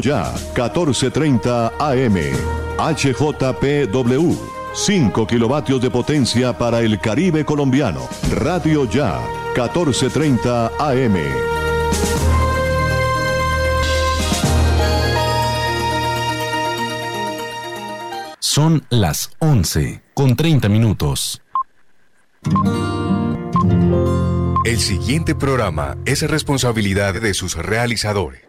Ya, 1430 AM. HJPW, 5 kilovatios de potencia para el Caribe colombiano. Radio Ya, 1430 AM. Son las 11:30. El siguiente programa es responsabilidad de sus realizadores.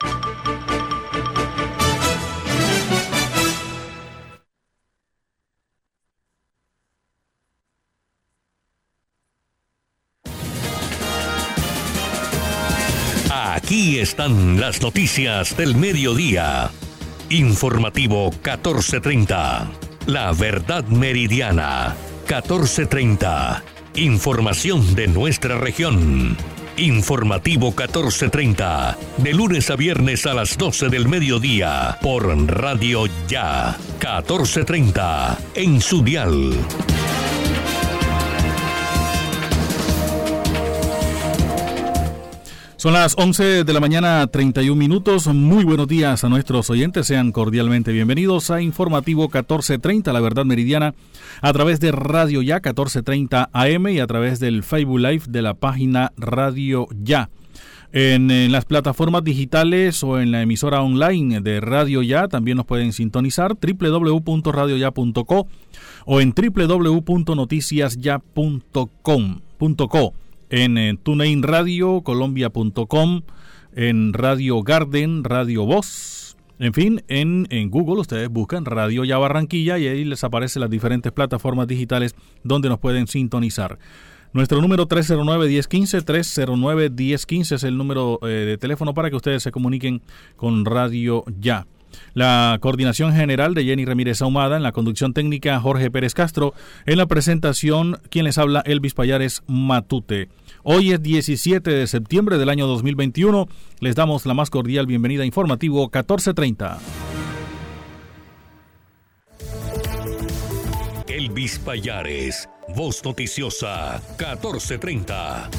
Aquí están las noticias del mediodía. Informativo 1430. La verdad meridiana. 1430. Información de nuestra región. Informativo 1430. De lunes a viernes a las 12 del mediodía. Por Radio Ya. 1430. En su dial. Son las 11 de la mañana, 31 minutos. Muy buenos días a nuestros oyentes. Sean cordialmente bienvenidos a Informativo 1430, La Verdad Meridiana, a través de Radio Ya 1430 AM y a través del Facebook Live de la página Radio Ya. En las plataformas digitales o en la emisora online de Radio Ya también nos pueden sintonizar www.radioya.co o en www.noticiasya.co. En TuneIn Radio, Colombia.com, en Radio Garden, Radio Voz, en fin, en Google ustedes buscan Radio Ya Barranquilla y ahí les aparecen las diferentes plataformas digitales donde nos pueden sintonizar. Nuestro número 309-1015, 309-1015 es el número de teléfono para que ustedes se comuniquen con Radio Ya. La coordinación general de Jenny Ramírez Ahumada, en la conducción técnica Jorge Pérez Castro, en la presentación quien les habla Elvis Payares Matute. Hoy es 17 de septiembre del año 2021, les damos la más cordial bienvenida a Informativo 1430. Elvis Payares, voz noticiosa 1430.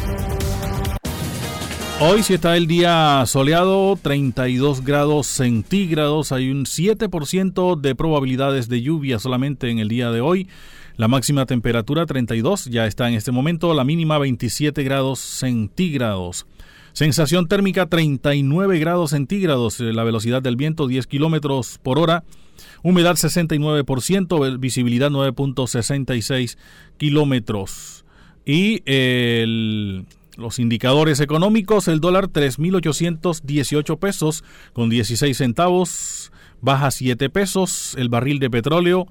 Hoy sí está el día soleado, 32 grados centígrados, hay un 7% de probabilidades de lluvia solamente en el día de hoy. La máxima temperatura 32, ya está en este momento, la mínima 27 grados centígrados. Sensación térmica 39 grados centígrados, la velocidad del viento 10 kilómetros por hora, humedad 69%, visibilidad 9.66 kilómetros. Y los indicadores económicos, el dólar 3.818 pesos con 16 centavos, baja 7 pesos, el barril de petróleo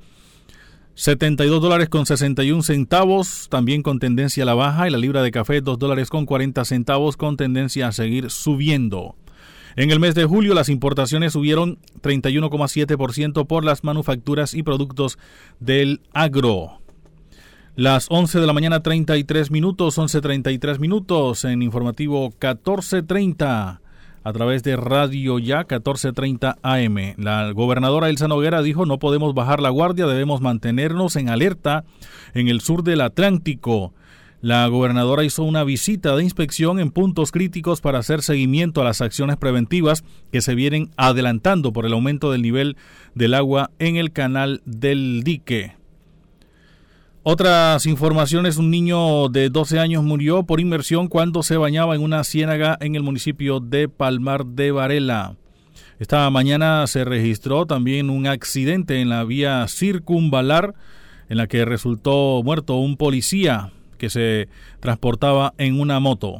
$72 con 61 centavos, también con tendencia a la baja, y la libra de café $2 con 40 centavos con tendencia a seguir subiendo. En el mes de julio las importaciones subieron 31,7% por las manufacturas y productos del agro. Las 11 de la mañana 33 minutos, 11:33 minutos en Informativo 1430 a través de Radio Ya 1430 AM. La gobernadora Elsa Noguera dijo: no podemos bajar la guardia, debemos mantenernos en alerta en el sur del Atlántico. La gobernadora hizo una visita de inspección en puntos críticos para hacer seguimiento a las acciones preventivas que se vienen adelantando por el aumento del nivel del agua en el canal del dique. Otras informaciones: un niño de 12 años murió por inmersión cuando se bañaba en una ciénaga en el municipio de Palmar de Varela. Esta mañana se registró también un accidente en la vía circunvalar en la que resultó muerto un policía que se transportaba en una moto.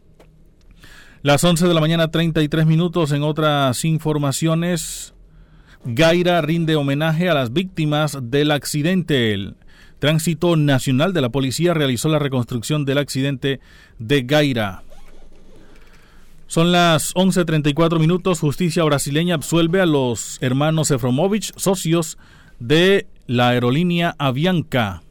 Las 11 de la mañana 33 minutos en otras informaciones. Gaira rinde homenaje a las víctimas del accidente. El Tránsito Nacional de la Policía realizó la reconstrucción del accidente de Gaira. Son las 11:34 minutos. Justicia brasileña absuelve a los hermanos Efromovich, socios de la aerolínea Avianca.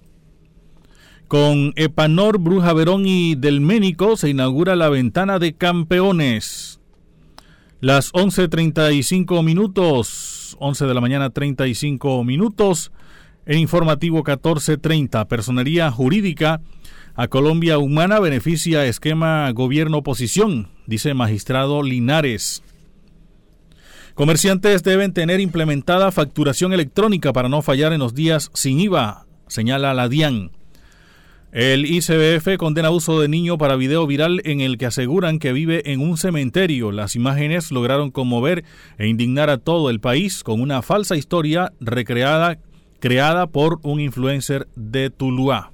Con Epanor, Bruja Verón y Del Ménico se inaugura la ventana de campeones. Las 11:35 minutos, 11 de la mañana 35 minutos. En Informativo 1430, Personería Jurídica a Colombia Humana beneficia esquema gobierno-oposición, dice magistrado Linares. Comerciantes deben tener implementada facturación electrónica para no fallar en los días sin IVA, señala la DIAN. El ICBF condena uso de niño para video viral en el que aseguran que vive en un cementerio. Las imágenes lograron conmover e indignar a todo el país con una falsa historia creada por un influencer de Tuluá.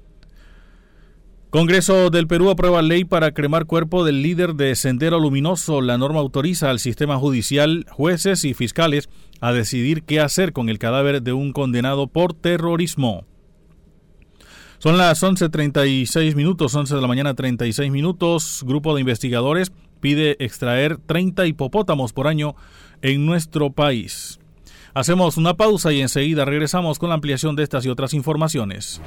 Congreso del Perú aprueba ley para cremar cuerpo del líder de Sendero Luminoso. La norma autoriza al sistema judicial, jueces y fiscales a decidir qué hacer con el cadáver de un condenado por terrorismo. Son las 11:36 minutos, 11 de la mañana 36 minutos. Grupo de investigadores pide extraer 30 hipopótamos por año en nuestro país. Hacemos una pausa y enseguida regresamos con la ampliación de estas y otras informaciones.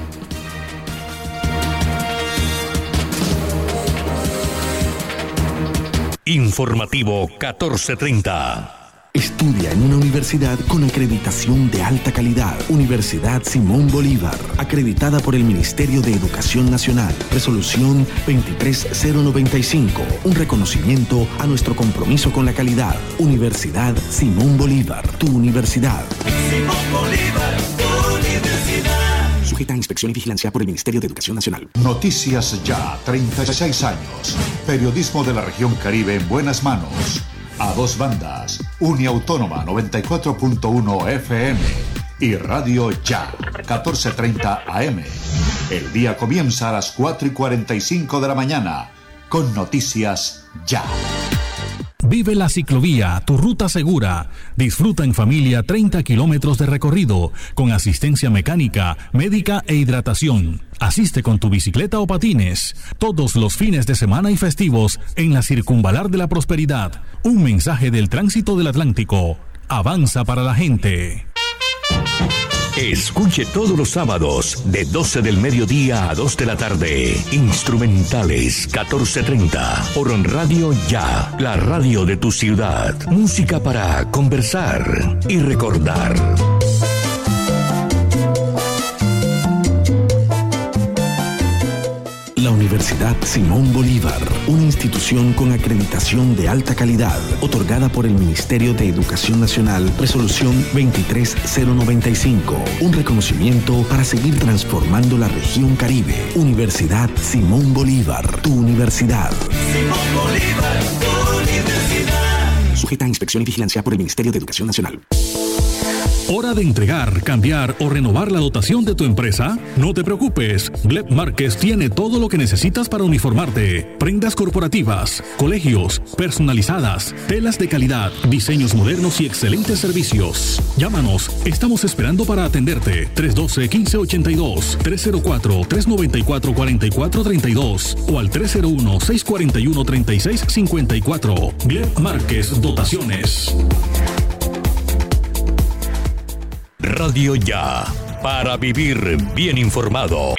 Informativo 1430. Estudia en una universidad con acreditación de alta calidad. Universidad Simón Bolívar, acreditada por el Ministerio de Educación Nacional. Resolución 23095, un reconocimiento a nuestro compromiso con la calidad. Universidad Simón Bolívar, tu universidad. Simón Bolívar, tu universidad. Sujeta a inspección y vigilancia por el Ministerio de Educación Nacional. Noticias Ya, 36 años. Periodismo de la región Caribe en buenas manos. A dos bandas, Uniautónoma 94.1 FM y Radio Ya, 1430 AM. El día comienza a las 4:45 de la mañana con Noticias Ya. Vive la ciclovía, tu ruta segura. Disfruta en familia 30 kilómetros de recorrido, con asistencia mecánica, médica e hidratación. Asiste con tu bicicleta o patines, todos los fines de semana y festivos en la Circunvalar de la Prosperidad. Un mensaje del Tránsito del Atlántico. Avanza para la gente. Escuche todos los sábados de 12 del mediodía a 2 de la tarde. Instrumentales 1430 por Radio Ya, la radio de tu ciudad. Música para conversar y recordar. La Universidad Simón Bolívar, una institución con acreditación de alta calidad, otorgada por el Ministerio de Educación Nacional, resolución 23095, un reconocimiento para seguir transformando la región Caribe. Universidad Simón Bolívar, tu universidad. Simón Bolívar, tu universidad. Sujeta a inspección y vigilancia por el Ministerio de Educación Nacional. ¿Hora de entregar, cambiar o renovar la dotación de tu empresa? No te preocupes, Gleb Márquez tiene todo lo que necesitas para uniformarte. Prendas corporativas, colegios, personalizadas, telas de calidad, diseños modernos y excelentes servicios. Llámanos, estamos esperando para atenderte. 312-1582, 304-394-4432 o al 301-641-3654. Gleb Márquez Dotaciones. Radio Ya, para vivir bien informado.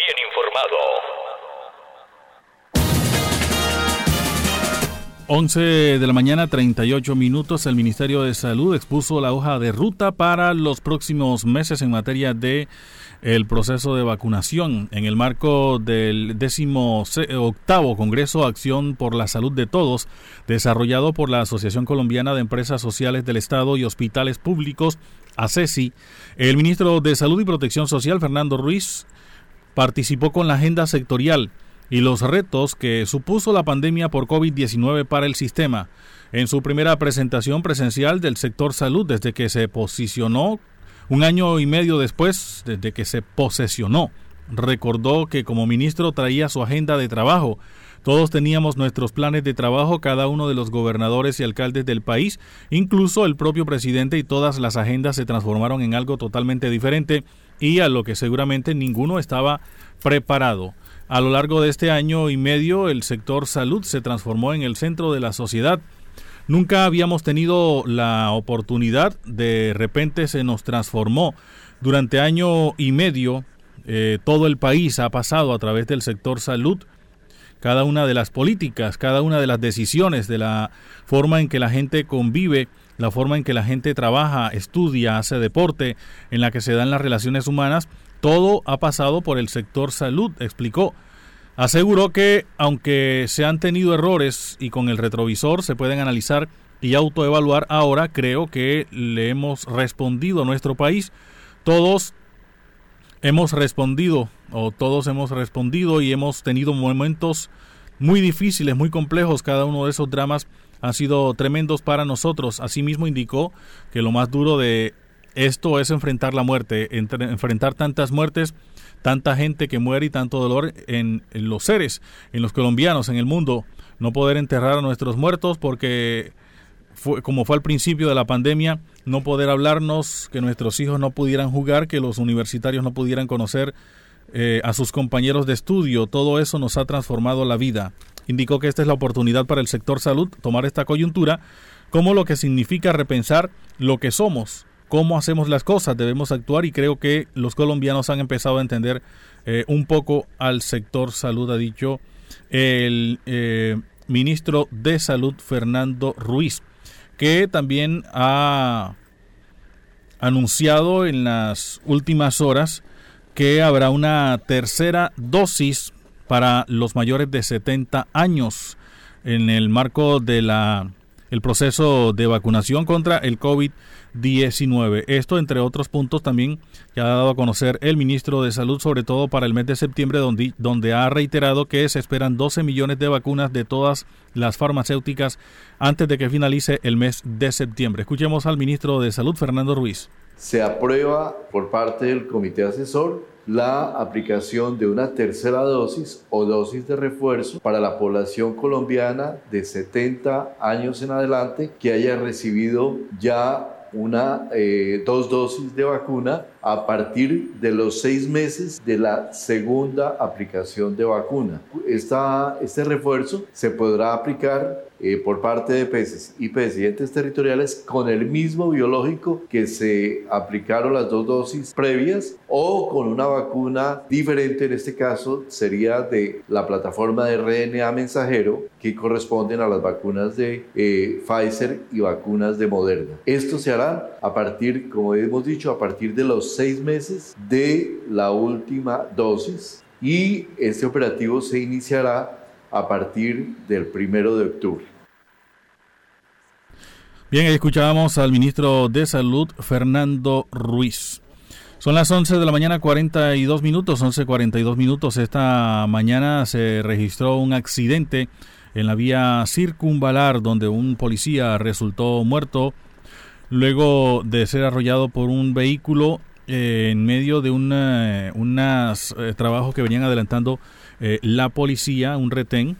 11 de la mañana, 38 minutos. El Ministerio de Salud expuso la hoja de ruta para los próximos meses en materia de el proceso de vacunación en el marco del 18º Congreso Acción por la Salud de Todos, desarrollado por la Asociación Colombiana de Empresas Sociales del Estado y Hospitales Públicos, ACESI. El ministro de Salud y Protección Social, Fernando Ruiz, participó con la agenda sectorial y los retos que supuso la pandemia por COVID-19 para el sistema. En su primera presentación presencial del sector salud desde que se posicionó, un año y medio después, desde que se posesionó, recordó que como ministro traía su agenda de trabajo. Todos teníamos nuestros planes de trabajo, cada uno de los gobernadores y alcaldes del país, incluso el propio presidente, y todas las agendas se transformaron en algo totalmente diferente y a lo que seguramente ninguno estaba preparado. A lo largo de este año y medio, el sector salud se transformó en el centro de la sociedad. Nunca habíamos tenido la oportunidad, de repente se nos transformó. Durante año y medio, todo el país ha pasado a través del sector salud. Cada una de las políticas, cada una de las decisiones, de la forma en que la gente convive, la forma en que la gente trabaja, estudia, hace deporte, en la que se dan las relaciones humanas, todo ha pasado por el sector salud, explicó. Aseguró que, aunque se han tenido errores y con el retrovisor se pueden analizar y autoevaluar. Ahora creo que le hemos respondido a nuestro país. Todos hemos respondido y hemos tenido momentos muy difíciles, muy complejos. Cada uno de esos dramas han sido tremendos para nosotros. Asimismo indicó que lo más duro de esto es enfrentar la muerte, enfrentar tantas muertes, tanta gente que muere y tanto dolor en los seres, en los colombianos, en el mundo. No poder enterrar a nuestros muertos porque, como fue al principio de la pandemia, no poder hablarnos, que nuestros hijos no pudieran jugar, que los universitarios no pudieran conocer a sus compañeros de estudio. Todo eso nos ha transformado la vida. Indicó que esta es la oportunidad para el sector salud, tomar esta coyuntura como lo que significa repensar lo que somos, cómo hacemos las cosas, debemos actuar, y creo que los colombianos han empezado a entender un poco al sector salud, ha dicho el ministro de Salud, Fernando Ruiz, que también ha anunciado en las últimas horas que habrá una tercera dosis para los mayores de 70 años en el marco de el proceso de vacunación contra el COVID-19. Esto, entre otros puntos, también que ha dado a conocer el ministro de Salud, sobre todo para el mes de septiembre, donde ha reiterado que se esperan 12 millones de vacunas de todas las farmacéuticas antes de que finalice el mes de septiembre. Escuchemos al ministro de Salud, Fernando Ruiz. Se aprueba por parte del comité asesor la aplicación de una tercera dosis o dosis de refuerzo para la población colombiana de 70 años en adelante que haya recibido ya dos dosis de vacuna a partir de los 6 meses de la segunda aplicación de vacuna. Este refuerzo se podrá aplicar por parte de EPS y presidentes territoriales con el mismo biológico que se aplicaron las 2 dosis previas, o con una vacuna diferente. En este caso sería de la plataforma de RNA mensajero, que corresponden a las vacunas de Pfizer y vacunas de Moderna. Esto se hará a partir, como hemos dicho, a partir de los 6 meses de la última dosis, y este operativo se iniciará a partir del 1 de octubre. Bien, escuchábamos al ministro de Salud, Fernando Ruiz. Son las 11 de la mañana, 42 minutos, 11:42 minutos. Esta mañana se registró un accidente en la vía Circunvalar, donde un policía resultó muerto luego de ser arrollado por un vehículo en medio de unos trabajos que venían adelantando la policía, un retén,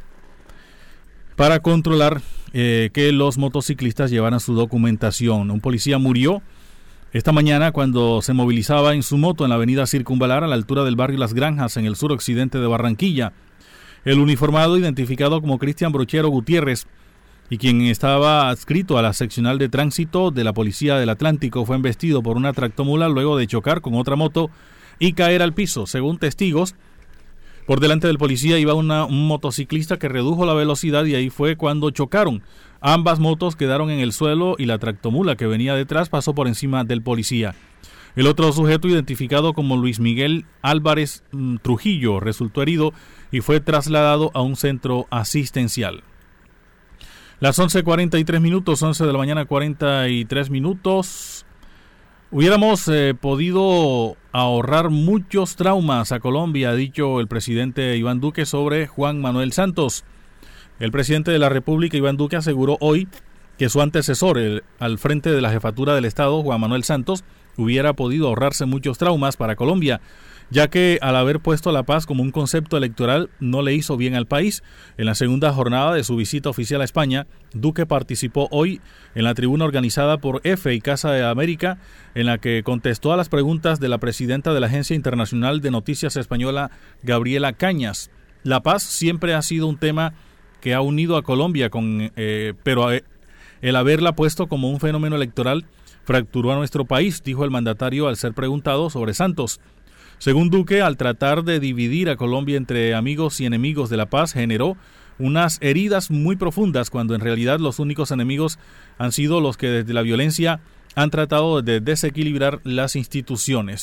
para controlar que los motociclistas llevaran su documentación. Un policía murió esta mañana cuando se movilizaba en su moto en la avenida Circunvalar, a la altura del barrio Las Granjas, en el suroccidente de Barranquilla. El uniformado, identificado como Cristian Brochero Gutiérrez, y quien estaba adscrito a la seccional de tránsito de la Policía del Atlántico, fue embestido por una tractomula luego de chocar con otra moto y caer al piso. Según testigos, por delante del policía iba un motociclista que redujo la velocidad, y ahí fue cuando chocaron. Ambas motos quedaron en el suelo y la tractomula que venía detrás pasó por encima del policía. El otro sujeto, identificado como Luis Miguel Álvarez Trujillo, resultó herido y fue trasladado a un centro asistencial. Las 11:43 minutos, 11 de la mañana, 43 minutos. Hubiéramos podido ahorrar muchos traumas a Colombia, ha dicho el presidente Iván Duque sobre Juan Manuel Santos. El presidente de la República, Iván Duque, aseguró hoy que su antecesor al frente de la jefatura del Estado, Juan Manuel Santos, hubiera podido ahorrarse muchos traumas para Colombia, ya que al haber puesto la paz como un concepto electoral no le hizo bien al país. En la segunda jornada de su visita oficial a España, Duque participó hoy en la tribuna organizada por EFE y Casa de América, en la que contestó a las preguntas de la presidenta de la Agencia Internacional de Noticias Española, Gabriela Cañas. La paz siempre ha sido un tema que ha unido a Colombia, pero el haberla puesto como un fenómeno electoral fracturó a nuestro país, dijo el mandatario al ser preguntado sobre Santos. Según Duque, al tratar de dividir a Colombia entre amigos y enemigos de la paz, generó unas heridas muy profundas, cuando en realidad los únicos enemigos han sido los que desde la violencia han tratado de desequilibrar las instituciones.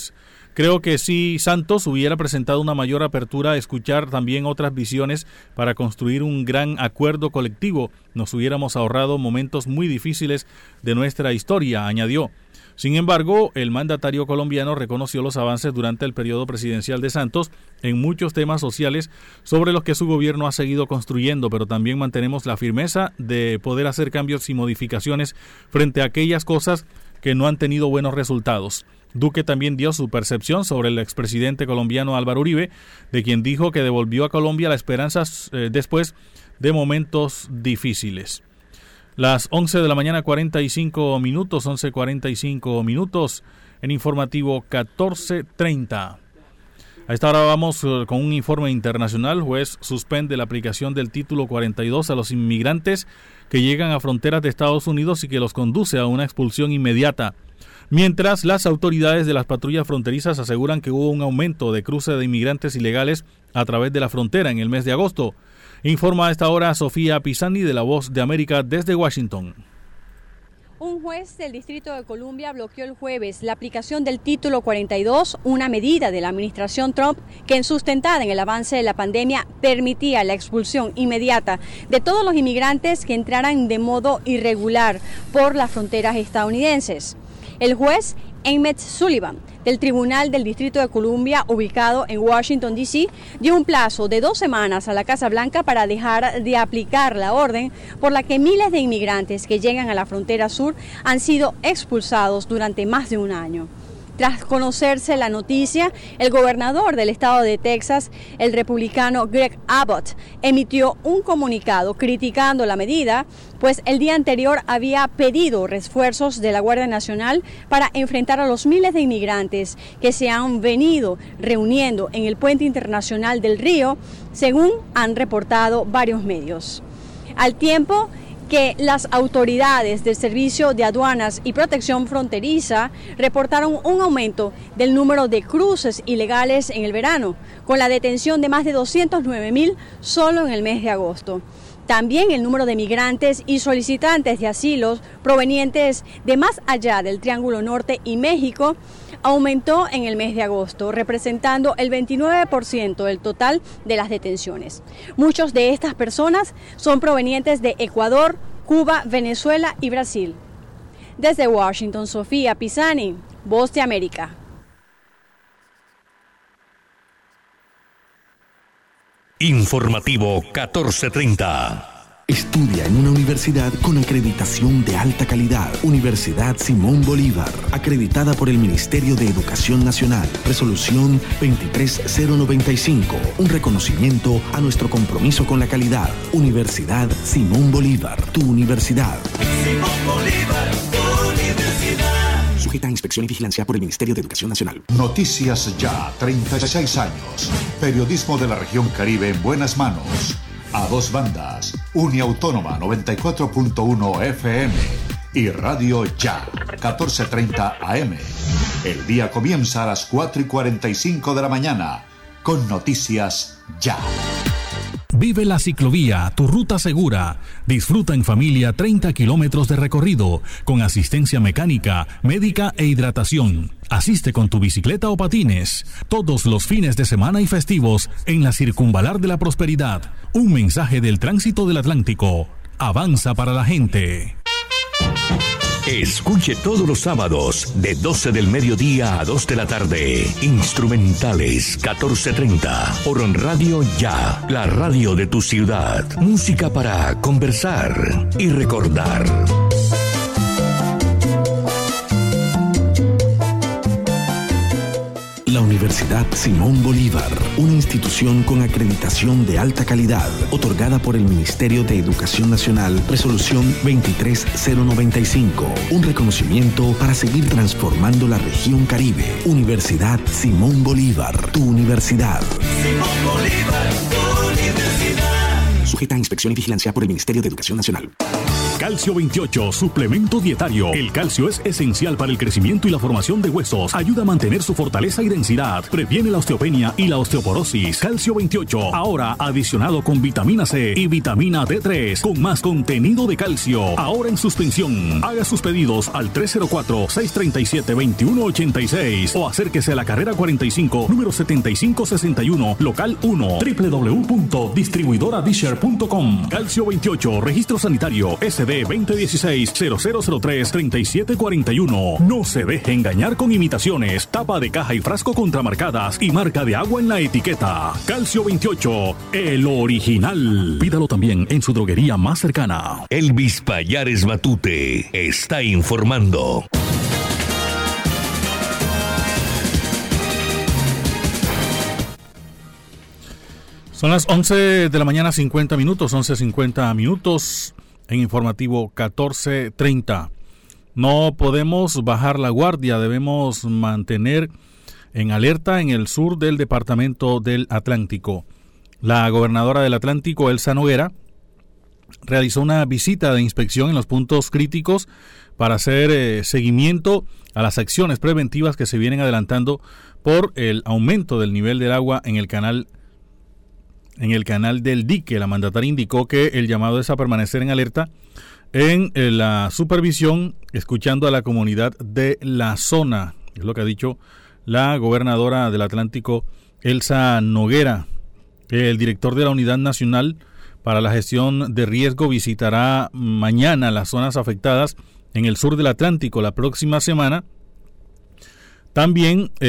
Creo que si Santos hubiera presentado una mayor apertura a escuchar también otras visiones para construir un gran acuerdo colectivo, nos hubiéramos ahorrado momentos muy difíciles de nuestra historia, añadió. Sin embargo, el mandatario colombiano reconoció los avances durante el periodo presidencial de Santos en muchos temas sociales sobre los que su gobierno ha seguido construyendo, pero también mantenemos la firmeza de poder hacer cambios y modificaciones frente a aquellas cosas que no han tenido buenos resultados. Duque también dio su percepción sobre el expresidente colombiano Álvaro Uribe, de quien dijo que devolvió a Colombia la esperanza después de momentos difíciles. Las 11 de la mañana, 11:45 minutos, en informativo 14:30. A esta hora vamos con un informe internacional. Juez suspende la aplicación del título 42 a los inmigrantes que llegan a fronteras de Estados Unidos y que los conduce a una expulsión inmediata. Mientras, las autoridades de las patrullas fronterizas aseguran que hubo un aumento de cruce de inmigrantes ilegales a través de la frontera en el mes de agosto. Informa a esta hora Sofía Pisani de La Voz de América desde Washington. Un juez del Distrito de Columbia bloqueó el jueves la aplicación del Título 42, una medida de la administración Trump que, sustentada en el avance de la pandemia, permitía la expulsión inmediata de todos los inmigrantes que entraran de modo irregular por las fronteras estadounidenses. El juez Emmett Sullivan, del Tribunal del Distrito de Columbia, ubicado en Washington, D.C., dio un plazo de 2 semanas a la Casa Blanca para dejar de aplicar la orden por la que miles de inmigrantes que llegan a la frontera sur han sido expulsados durante más de un año. Tras conocerse la noticia, el gobernador del estado de Texas, el republicano Greg Abbott, emitió un comunicado criticando la medida, pues el día anterior había pedido refuerzos de la Guardia Nacional para enfrentar a los miles de inmigrantes que se han venido reuniendo en el puente internacional del Río, según han reportado varios medios. Al tiempo que las autoridades del Servicio de Aduanas y Protección Fronteriza reportaron un aumento del número de cruces ilegales en el verano, con la detención de más de 209,000 solo en el mes de agosto. También el número de migrantes y solicitantes de asilos provenientes de más allá del Triángulo Norte y México aumentó en el mes de agosto, representando el 29% del total de las detenciones. Muchos de estas personas son provenientes de Ecuador, Cuba, Venezuela y Brasil. Desde Washington, Sofía Pisani, Voz de América. Informativo 14:30. Estudia en una universidad con acreditación de alta calidad. Universidad Simón Bolívar, acreditada por el Ministerio de Educación Nacional. Resolución 23095, un reconocimiento a nuestro compromiso con la calidad. Universidad Simón Bolívar, tu universidad. Simón Bolívar, tu universidad. Sujeta a inspección y vigilancia por el Ministerio de Educación Nacional. Noticias Ya, 36 años. Periodismo de la región Caribe en buenas manos. A dos bandas, Uniautónoma 94.1 FM y Radio Ya, 14:30 AM. El día comienza a las 4:45 de la mañana con Noticias Ya. Vive la ciclovía, tu ruta segura. Disfruta en familia 30 kilómetros de recorrido, con asistencia mecánica, médica e hidratación. Asiste con tu bicicleta o patines, todos los fines de semana y festivos en la Circunvalar de la Prosperidad. Un mensaje del Tránsito del Atlántico. Avanza para la gente. Escuche todos los sábados de 12 del mediodía a 2 de la tarde. Instrumentales 14:30 por Radio Ya, la radio de tu ciudad. Música para conversar y recordar. La Universidad Simón Bolívar, una institución con acreditación de alta calidad, otorgada por el Ministerio de Educación Nacional, resolución 23095, un reconocimiento para seguir transformando la región Caribe. Universidad Simón Bolívar, tu universidad. Simón Bolívar, tu universidad. Sujeta a inspección y vigilancia por el Ministerio de Educación Nacional. Calcio 28, suplemento dietario. El calcio es esencial para el crecimiento y la formación de huesos. Ayuda a mantener su fortaleza y densidad. Previene la osteopenia y la osteoporosis. Calcio 28, ahora adicionado con vitamina C y vitamina D3, con más contenido de calcio. Ahora en suspensión. Haga sus pedidos al 304-637-2186 o acérquese a la carrera 45, número 7561, local 1, www.distribuidoradisher.com. Calcio 28, registro sanitario SD 2016-0003-3741. No se deje engañar con imitaciones, tapa de caja y frasco contramarcadas y marca de agua en la etiqueta. Calcio 28, el original. Pídalo también en su droguería más cercana. Elvis Payares Matute está informando. Son las 11 de la mañana, 50 minutos, 11:50 minutos en informativo 14:30. No podemos bajar la guardia, debemos mantener en alerta en el sur del departamento del Atlántico. La gobernadora del Atlántico, Elsa Noguera, realizó una visita de inspección en los puntos críticos para hacer seguimiento a las acciones preventivas que se vienen adelantando por el aumento del nivel del agua en el canal del dique. La mandataria indicó que el llamado es a permanecer en alerta en la supervisión, escuchando a la comunidad de la zona. Es lo que ha dicho la gobernadora del Atlántico, Elsa Noguera. El director de la Unidad Nacional para la Gestión de Riesgo visitará mañana las zonas afectadas en el sur del Atlántico la próxima semana. También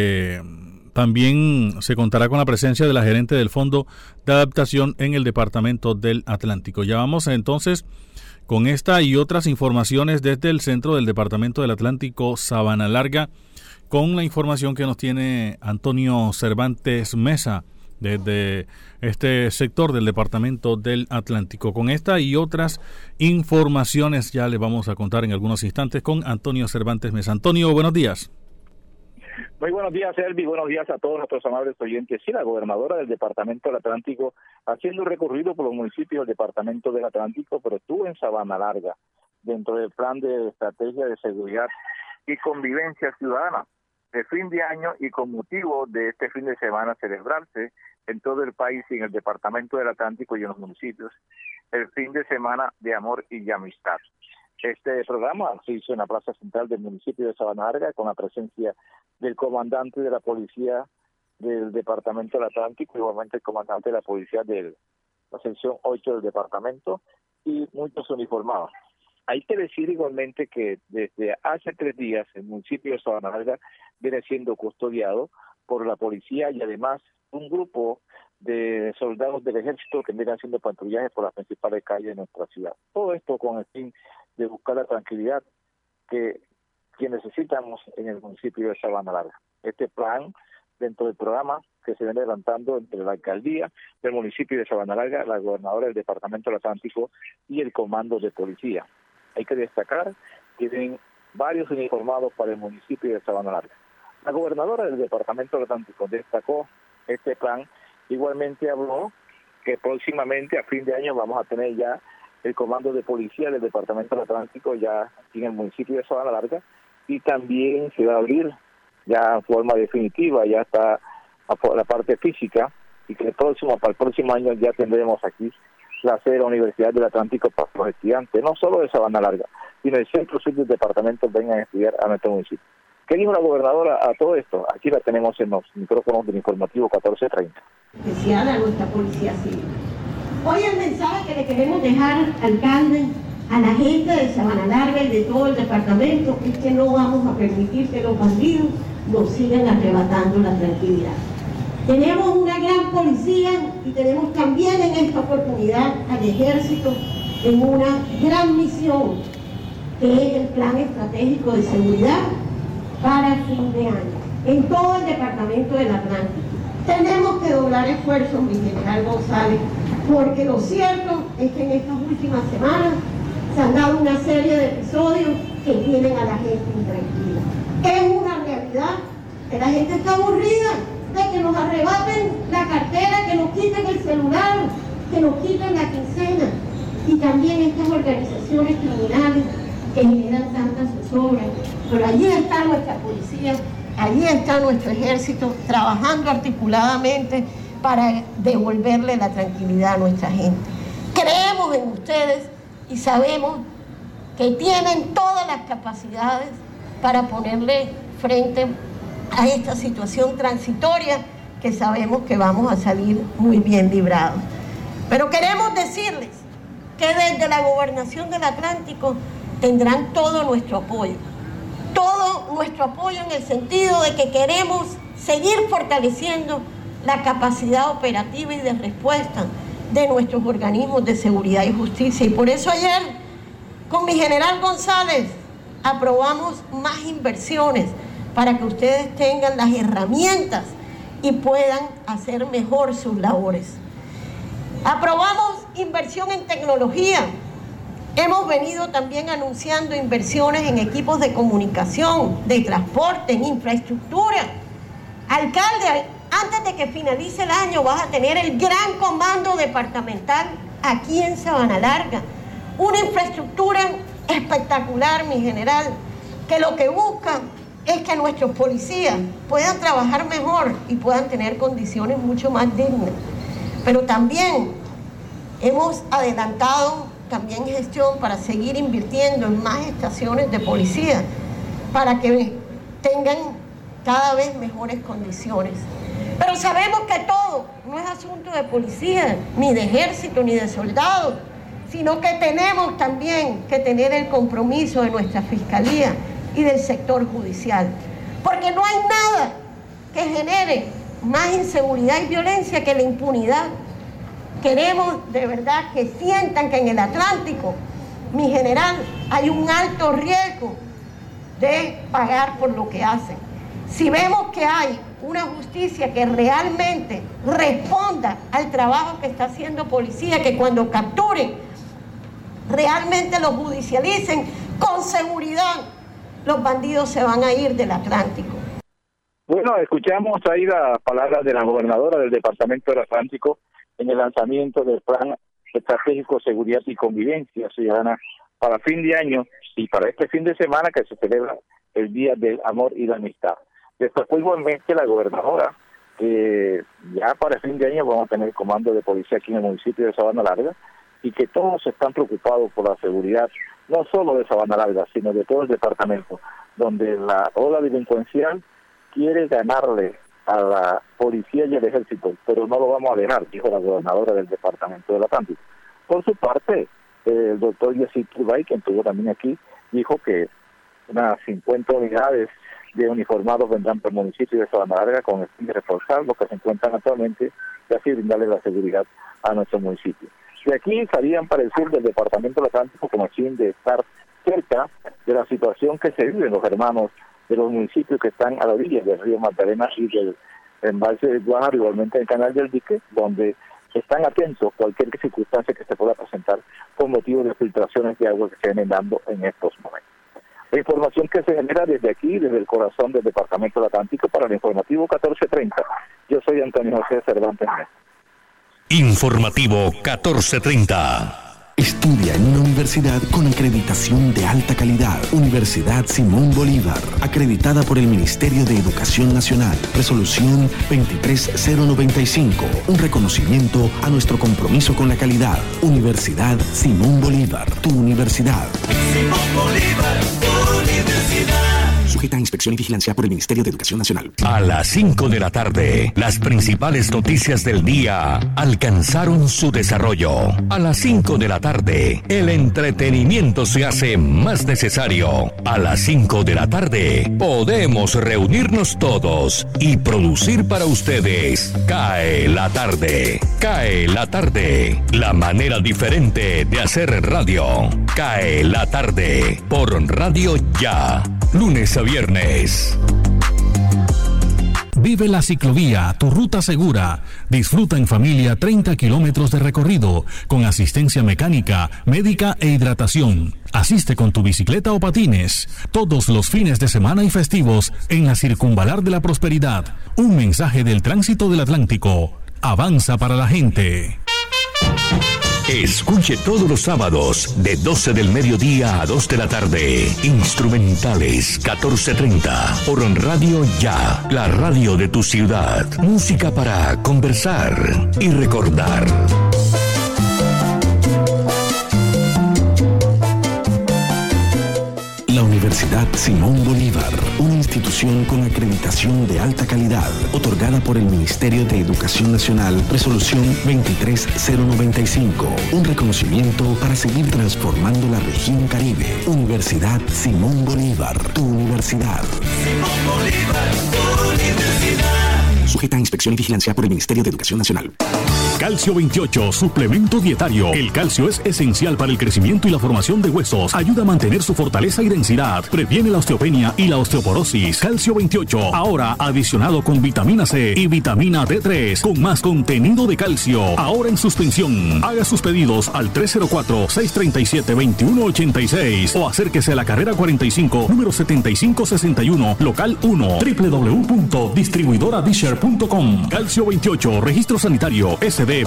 se contará con la presencia de la gerente del Fondo de Adaptación en el Departamento del Atlántico. Ya vamos entonces con esta y otras informaciones desde el centro del Departamento del Atlántico, Sabana Larga, con la información que nos tiene Antonio Cervantes Mesa desde este sector del Departamento del Atlántico. Con esta y otras informaciones ya les vamos a contar en algunos instantes con Antonio Cervantes Mesa. Antonio, buenos días. Muy buenos días, Elvi. Buenos días a todos nuestros amables oyentes. Sí, la gobernadora del Departamento del Atlántico haciendo un recorrido por los municipios del Departamento del Atlántico, pero estuvo en Sabana Larga, dentro del plan de estrategia de seguridad y convivencia ciudadana de fin de año y con motivo de este fin de semana celebrarse en todo el país y en el Departamento del Atlántico y en los municipios el fin de semana de amor y de amistad. Este programa se hizo en la plaza central del municipio de Sabana Larga con la presencia del comandante de la policía del Departamento del Atlántico, igualmente el comandante de la policía de la sección 8 del departamento y muchos uniformados. Hay que decir igualmente que desde hace 3 días el municipio de Sabana Larga viene siendo custodiado por la policía y además un grupo de soldados del ejército que vienen haciendo patrullaje por las principales calles de nuestra ciudad. Todo esto con el fin de buscar la tranquilidad que necesitamos en el municipio de Sabana Larga. Este plan, dentro del programa que se viene adelantando entre la alcaldía del municipio de Sabana Larga, la gobernadora del Departamento del Atlántico y el comando de policía. Hay que destacar que tienen varios uniformados para el municipio de Sabana Larga. La gobernadora del Departamento del Atlántico destacó este plan. Igualmente habló que próximamente a fin de año vamos a tener ya el comando de policía del Departamento del Atlántico ya aquí en el municipio de Sabana Larga y también se va a abrir ya en forma definitiva, ya está la parte física y que para el próximo año ya tendremos aquí la sede de la Universidad del Atlántico para los estudiantes, no solo de Sabana Larga, sino el centro sur del departamento vengan a estudiar a nuestro municipio. ¿Qué dijo la gobernadora a todo esto? Aquí la tenemos en los micrófonos del informativo 1430. Especial a nuestra policía civil. Hoy el mensaje que le queremos dejar, alcalde, a la gente de Sabana Larga y de todo el departamento es que no vamos a permitir que los bandidos nos sigan arrebatando la tranquilidad. Tenemos una gran policía y tenemos también en esta oportunidad al ejército en una gran misión que es el plan estratégico de seguridad para el fin de año en todo el departamento del Atlántico. Tenemos que doblar esfuerzos, mi general González, porque lo cierto es que en estas últimas semanas se han dado una serie de episodios que tienen a la gente intranquila. Es una realidad que la gente está aburrida de que nos arrebaten la cartera, que nos quiten el celular, que nos quiten la quincena. y también estas organizaciones criminales que generan tantas zozobras. Pero allí está nuestra policía, allí está nuestro ejército trabajando articuladamente para devolverle la tranquilidad a nuestra gente. Creemos en ustedes y sabemos que tienen todas las capacidades para ponerle frente a esta situación transitoria que sabemos que vamos a salir muy bien librados. Pero queremos decirles que desde la Gobernación del Atlántico tendrán todo nuestro apoyo en el sentido de que queremos seguir fortaleciendo la capacidad operativa y de respuesta de nuestros organismos de seguridad y justicia. Y por eso ayer, con mi general González, aprobamos más inversiones para que ustedes tengan las herramientas y puedan hacer mejor sus labores. Aprobamos inversión en tecnología. Hemos venido también anunciando inversiones en equipos de comunicación, de transporte, en infraestructura. Alcalde, antes de que finalice el año vas a tener el gran comando departamental aquí en Sabana Larga. Una infraestructura espectacular, mi general, que lo que busca es que nuestros policías puedan trabajar mejor y puedan tener condiciones mucho más dignas. Pero también hemos adelantado también gestión para seguir invirtiendo en más estaciones de policía para que tengan cada vez mejores condiciones. Pero sabemos que todo no es asunto de policía, ni de ejército, ni de soldados, sino que tenemos también que tener el compromiso de nuestra fiscalía y del sector judicial. Porque no hay nada que genere más inseguridad y violencia que la impunidad. Queremos de verdad que sientan que en el Atlántico, mi general, hay un alto riesgo de pagar por lo que hacen. Si vemos que hay una justicia que realmente responda al trabajo que está haciendo policía, que cuando capturen, realmente lo judicialicen, con seguridad los bandidos se van a ir del Atlántico. Bueno, escuchamos ahí las palabras de la gobernadora del Departamento del Atlántico en el lanzamiento del Plan Estratégico Seguridad y Convivencia Ciudadana para fin de año y para este fin de semana que se celebra el Día del Amor y la Amistad. Destacó igualmente la gobernadora que ya para fin de año vamos a tener comando de policía aquí en el municipio de Sabana Larga y que todos están preocupados por la seguridad, no solo de Sabana Larga, sino de todo el departamento, donde la ola delincuencial quiere ganarle a la policía y al ejército, pero no lo vamos a dejar, dijo la gobernadora del Departamento del Atlántico. Por su parte, el doctor Yacir Turbay, quien estuvo también aquí, dijo que unas 50 unidades de uniformados vendrán por el municipio de Sabana Larga con el fin de reforzar los que se encuentran actualmente y así brindarle la seguridad a nuestro municipio. De aquí salían para el sur del Departamento del Atlántico con el fin de estar cerca de la situación que se vive en los hermanos de los municipios que están a la orilla del río Magdalena y del embalse de Guájaro, igualmente en el canal del Dique, donde están atentos a cualquier circunstancia que se pueda presentar con motivo de filtraciones de agua que se vienen dando en estos momentos. La información que se genera desde aquí, desde el corazón del Departamento del Atlántico, para el informativo 1430. Yo soy Antonio José Cervantes. Informativo 1430. Estudia en una universidad con acreditación de alta calidad. Universidad Simón Bolívar, acreditada por el Ministerio de Educación Nacional. Resolución 23095, un reconocimiento a nuestro compromiso con la calidad. Universidad Simón Bolívar, tu universidad. Simón Bolívar, tu universidad. Sujeta a inspección y vigilancia por el Ministerio de Educación Nacional. A las 5 de la tarde, las principales noticias del día alcanzaron su desarrollo. A las 5 de la tarde, el entretenimiento se hace más necesario. A las 5 de la tarde, podemos reunirnos todos y producir para ustedes. Cae la tarde. Cae la tarde. La manera diferente de hacer radio. Cae la tarde por Radio Ya. Lunes a viernes. Vive la ciclovía, tu ruta segura. Disfruta en familia 30 kilómetros de recorrido, con asistencia mecánica, médica e hidratación. Asiste con tu bicicleta o patines, todos los fines de semana y festivos en la Circunvalar de la Prosperidad. Un mensaje del Tránsito del Atlántico. Avanza para la gente. Escuche todos los sábados de 12 del mediodía a 2 de la tarde. Instrumentales 1430 por Radio Ya, la radio de tu ciudad. Música para conversar y recordar. La Universidad Simón Bolívar, una institución con acreditación de alta calidad, otorgada por el Ministerio de Educación Nacional, resolución 23095, un reconocimiento para seguir transformando la región Caribe. Universidad Simón Bolívar, tu universidad. Simón Bolívar, tu universidad. Sujeta a inspección y vigilancia por el Ministerio de Educación Nacional. Calcio 28, suplemento dietario. El calcio es esencial para el crecimiento y la formación de huesos. Ayuda a mantener su fortaleza y densidad. Previene la osteopenia y la osteoporosis. Calcio 28, ahora adicionado con vitamina C y vitamina D3, con más contenido de calcio. Ahora en suspensión. Haga sus pedidos al 304-637-2186 o acérquese a la carrera 45, número 7561, local 1, www.distribuidoradisher.com. Calcio 28, registro sanitario SD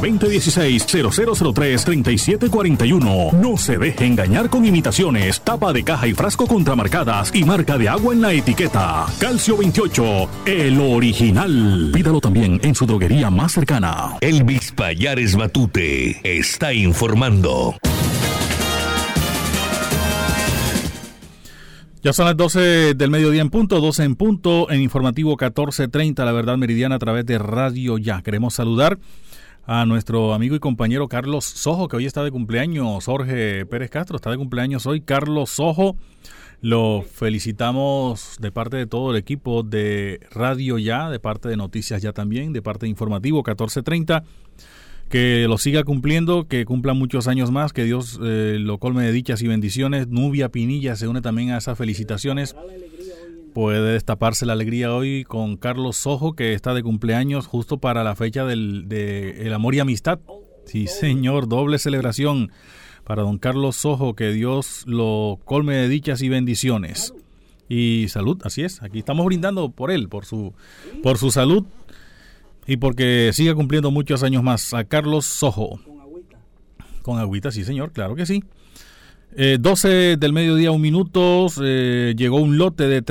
2016-0003-3741. No se deje engañar con imitaciones, tapa de caja y frasco contramarcadas y marca de agua en la etiqueta. Calcio 28, el original. Pídalo también en su droguería más cercana. Elvis Payares Matute está informando. Ya son las 12 del mediodía en punto, 12 en punto, en informativo 1430, La Verdad Meridiana a través de Radio Ya. Queremos saludar a nuestro amigo y compañero Carlos Sojo, que hoy está de cumpleaños. Jorge Pérez Castro está de cumpleaños hoy. Carlos Sojo, lo felicitamos de parte de todo el equipo de Radio Ya, de parte de Noticias Ya también, de parte de Informativo 1430. Que lo siga cumpliendo, que cumpla muchos años más, que Dios lo colme de dichas y bendiciones. Nubia Pinilla se une también a esas felicitaciones. Puede destaparse la alegría hoy con Carlos Sojo, que está de cumpleaños justo para la fecha de el amor y amistad. Sí, señor, doble celebración para don Carlos Sojo, que Dios lo colme de dichas y bendiciones. Y salud, así es, aquí estamos brindando por él, por su salud. Y porque siga cumpliendo muchos años más a Carlos Sojo. Con agüita, sí señor, claro que sí. 12 del mediodía, 1 minuto, llegó un lote de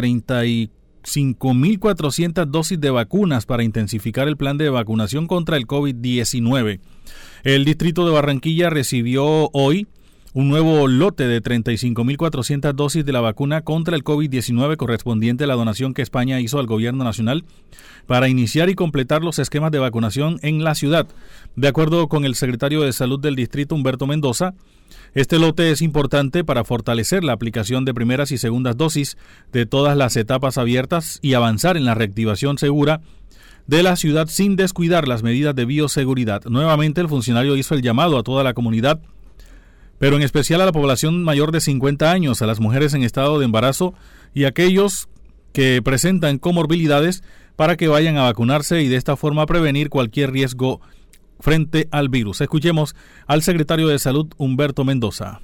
35.400 dosis de vacunas para intensificar el plan de vacunación contra el COVID-19. El distrito de Barranquilla recibió hoy un nuevo lote de 35.400 dosis de la vacuna contra el COVID-19 correspondiente a la donación que España hizo al gobierno nacional para iniciar y completar los esquemas de vacunación en la ciudad. De acuerdo con el secretario de Salud del distrito, Humberto Mendoza, este lote es importante para fortalecer la aplicación de primeras y segundas dosis de todas las etapas abiertas y avanzar en la reactivación segura de la ciudad sin descuidar las medidas de bioseguridad. Nuevamente, el funcionario hizo el llamado a toda la comunidad, pero en especial a la población mayor de 50 años, a las mujeres en estado de embarazo y a aquellos que presentan comorbilidades para que vayan a vacunarse y de esta forma prevenir cualquier riesgo frente al virus. Escuchemos al secretario de Salud, Humberto Mendoza.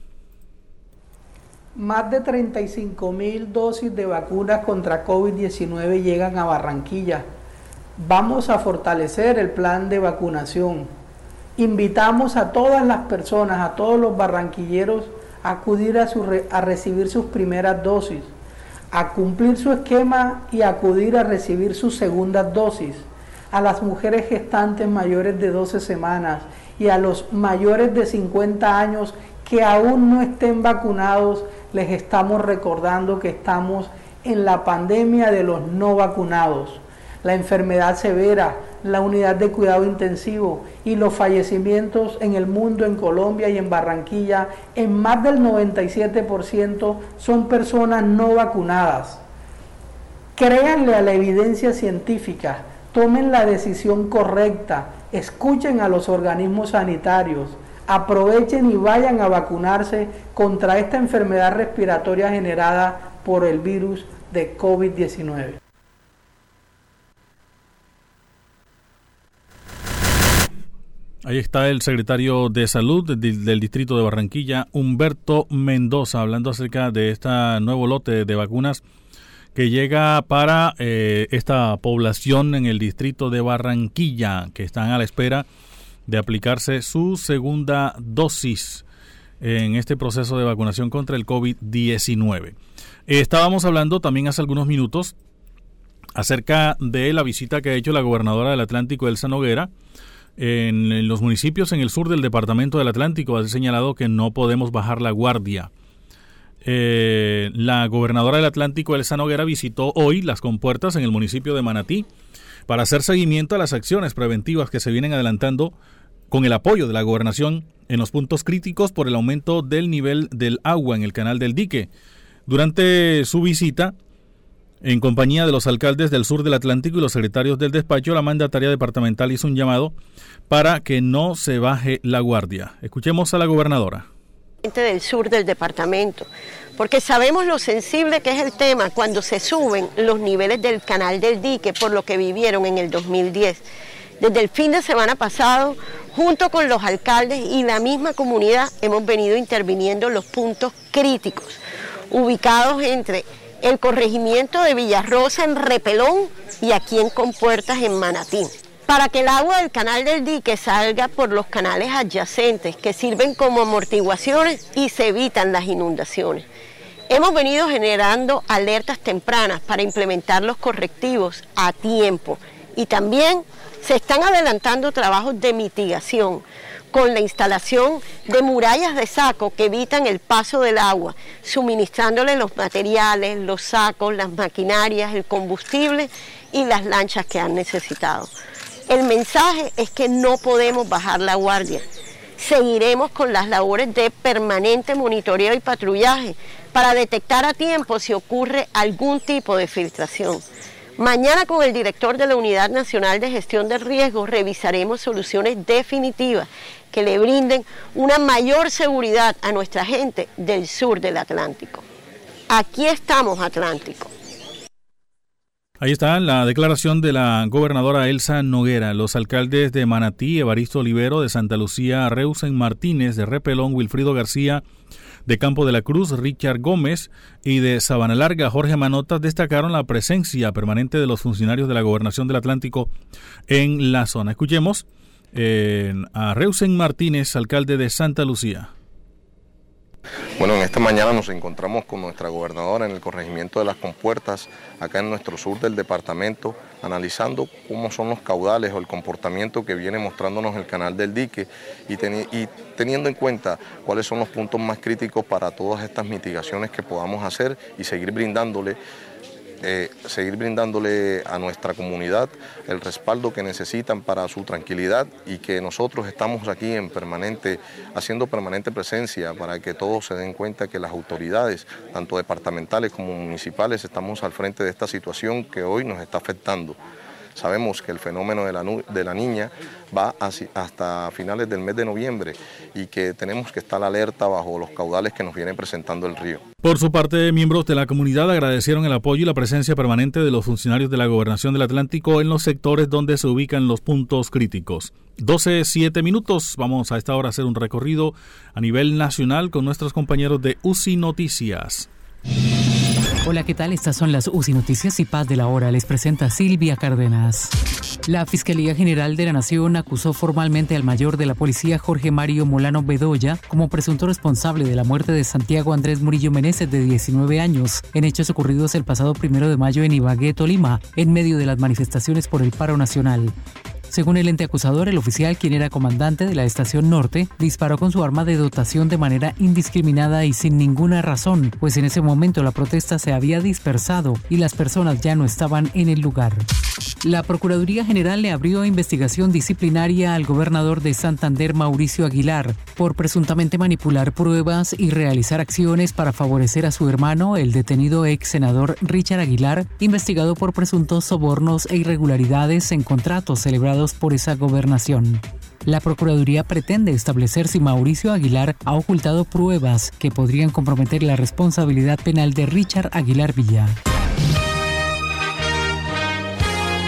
Más de 35.000 dosis de vacunas contra COVID-19 llegan a Barranquilla. Vamos a fortalecer el plan de vacunación. Invitamos a todas las personas, a todos los barranquilleros, a acudir a recibir sus primeras dosis, a cumplir su esquema y a acudir a recibir sus segundas dosis. A las mujeres gestantes mayores de 12 semanas y a los mayores de 50 años que aún no estén vacunados, les estamos recordando que estamos en la pandemia de los no vacunados. La enfermedad severa, la unidad de cuidado intensivo y los fallecimientos en el mundo, en Colombia y en Barranquilla, en más del 97% son personas no vacunadas. Créanle a la evidencia científica, tomen la decisión correcta, escuchen a los organismos sanitarios, aprovechen y vayan a vacunarse contra esta enfermedad respiratoria generada por el virus de COVID-19. Ahí está el secretario de Salud del distrito de Barranquilla, Humberto Mendoza, hablando acerca de este nuevo lote de vacunas que llega para esta población en el distrito de Barranquilla, que están a la espera de aplicarse su segunda dosis en este proceso de vacunación contra el COVID-19. Estábamos hablando también hace algunos minutos acerca de la visita que ha hecho la gobernadora del Atlántico, Elsa Noguera, en los municipios en el sur del departamento del Atlántico. Ha señalado que no podemos bajar la guardia. La gobernadora del Atlántico, Elsa Noguera, visitó hoy las compuertas en el municipio de Manatí para hacer seguimiento a las acciones preventivas que se vienen adelantando con el apoyo de la gobernación en los puntos críticos por el aumento del nivel del agua en el canal del dique. Durante su visita, en compañía de los alcaldes del sur del Atlántico y los secretarios del despacho, la mandataria departamental hizo un llamado para que no se baje la guardia. Escuchemos a la gobernadora. Del sur del departamento, porque sabemos lo sensible que es el tema cuando se suben los niveles del canal del dique por lo que vivieron en el 2010. Desde el fin de semana pasado, junto con los alcaldes y la misma comunidad, hemos venido interviniendo en los puntos críticos, ubicados entre el corregimiento de Villarrosa en Repelón y aquí en Compuertas en Manatí, para que el agua del canal del dique salga por los canales adyacentes que sirven como amortiguaciones y se evitan las inundaciones. Hemos venido generando alertas tempranas para implementar los correctivos a tiempo y también se están adelantando trabajos de mitigación con la instalación de murallas de saco que evitan el paso del agua, suministrándole los materiales, los sacos, las maquinarias, el combustible y las lanchas que han necesitado. El mensaje es que no podemos bajar la guardia. Seguiremos con las labores de permanente monitoreo y patrullaje para detectar a tiempo si ocurre algún tipo de filtración. Mañana con el director de la Unidad Nacional de Gestión de Riesgos revisaremos soluciones definitivas que le brinden una mayor seguridad a nuestra gente del sur del Atlántico. Aquí estamos, Atlántico. Ahí está la declaración de la gobernadora Elsa Noguera. Los alcaldes de Manatí, Evaristo Olivero, de Santa Lucía, Reusen Martínez, de Repelón, Wilfrido García, de Campo de la Cruz, Richard Gómez, y de Sabana Larga, Jorge Manotas, destacaron la presencia permanente de los funcionarios de la Gobernación del Atlántico en la zona. Escuchemos a Reusen Martínez, alcalde de Santa Lucía. Bueno, en esta mañana nos encontramos con nuestra gobernadora en el corregimiento de las Compuertas, acá en nuestro sur del departamento, analizando cómo son los caudales o el comportamiento que viene mostrándonos el canal del dique y teniendo en cuenta cuáles son los puntos más críticos para todas estas mitigaciones que podamos hacer y seguir brindándole a nuestra comunidad el respaldo que necesitan para su tranquilidad y que nosotros estamos aquí haciendo permanente presencia para que todos se den cuenta que las autoridades, tanto departamentales como municipales, estamos al frente de esta situación que hoy nos está afectando. Sabemos que el fenómeno de la niña va hasta finales del mes de noviembre y que tenemos que estar alerta bajo los caudales que nos viene presentando el río. Por su parte, miembros de la comunidad agradecieron el apoyo y la presencia permanente de los funcionarios de la Gobernación del Atlántico en los sectores donde se ubican los puntos críticos. 12:07. Vamos a esta hora a hacer un recorrido a nivel nacional con nuestros compañeros de UCI Noticias. Hola, ¿qué tal? Estas son las UCI Noticias y Paz de la Hora. Les presenta Silvia Cárdenas. La Fiscalía General de la Nación acusó formalmente al mayor de la policía, Jorge Mario Molano Bedoya, como presunto responsable de la muerte de Santiago Andrés Murillo Meneses, de 19 años, en hechos ocurridos el pasado 1 de mayo en Ibagué, Tolima, en medio de las manifestaciones por el paro nacional. Según el ente acusador, el oficial, quien era comandante de la Estación Norte, disparó con su arma de dotación de manera indiscriminada y sin ninguna razón, pues en ese momento la protesta se había dispersado y las personas ya no estaban en el lugar. La Procuraduría General le abrió investigación disciplinaria al gobernador de Santander, Mauricio Aguilar, por presuntamente manipular pruebas y realizar acciones para favorecer a su hermano, el detenido ex senador Richard Aguilar, investigado por presuntos sobornos e irregularidades en contratos celebrados por esa gobernación. La Procuraduría pretende establecer si Mauricio Aguilar ha ocultado pruebas que podrían comprometer la responsabilidad penal de Richard Aguilar Villa.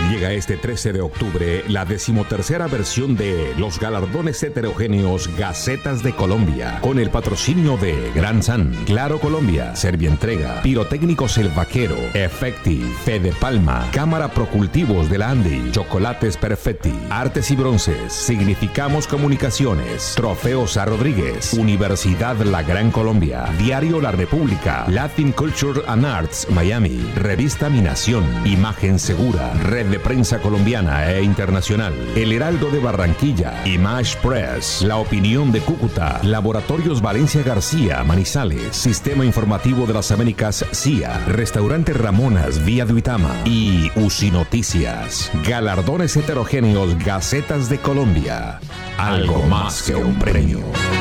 Llega este 13 de octubre la 13ª versión de los galardones heterogéneos Gacetas de Colombia, con el patrocinio de Gran San, Claro Colombia, Servientrega, Pirotécnicos El Vaquero, Effective, Fede Palma, Cámara Procultivos de la Andi, Chocolates Perfetti, Artes y Bronces, Significamos Comunicaciones, Trofeos a Rodríguez, Universidad La Gran Colombia, Diario La República, Latin Culture and Arts Miami, Revista Mi Nación, Imagen Segura, Red de Prensa Colombiana e Internacional, El Heraldo de Barranquilla, Image Press, La Opinión de Cúcuta, Laboratorios Valencia García, Manizales, Sistema Informativo de las Américas CIA, Restaurante Ramonas Vía Duitama y UCI Noticias. Galardones heterogéneos Gacetas de Colombia. Algo más que un premio.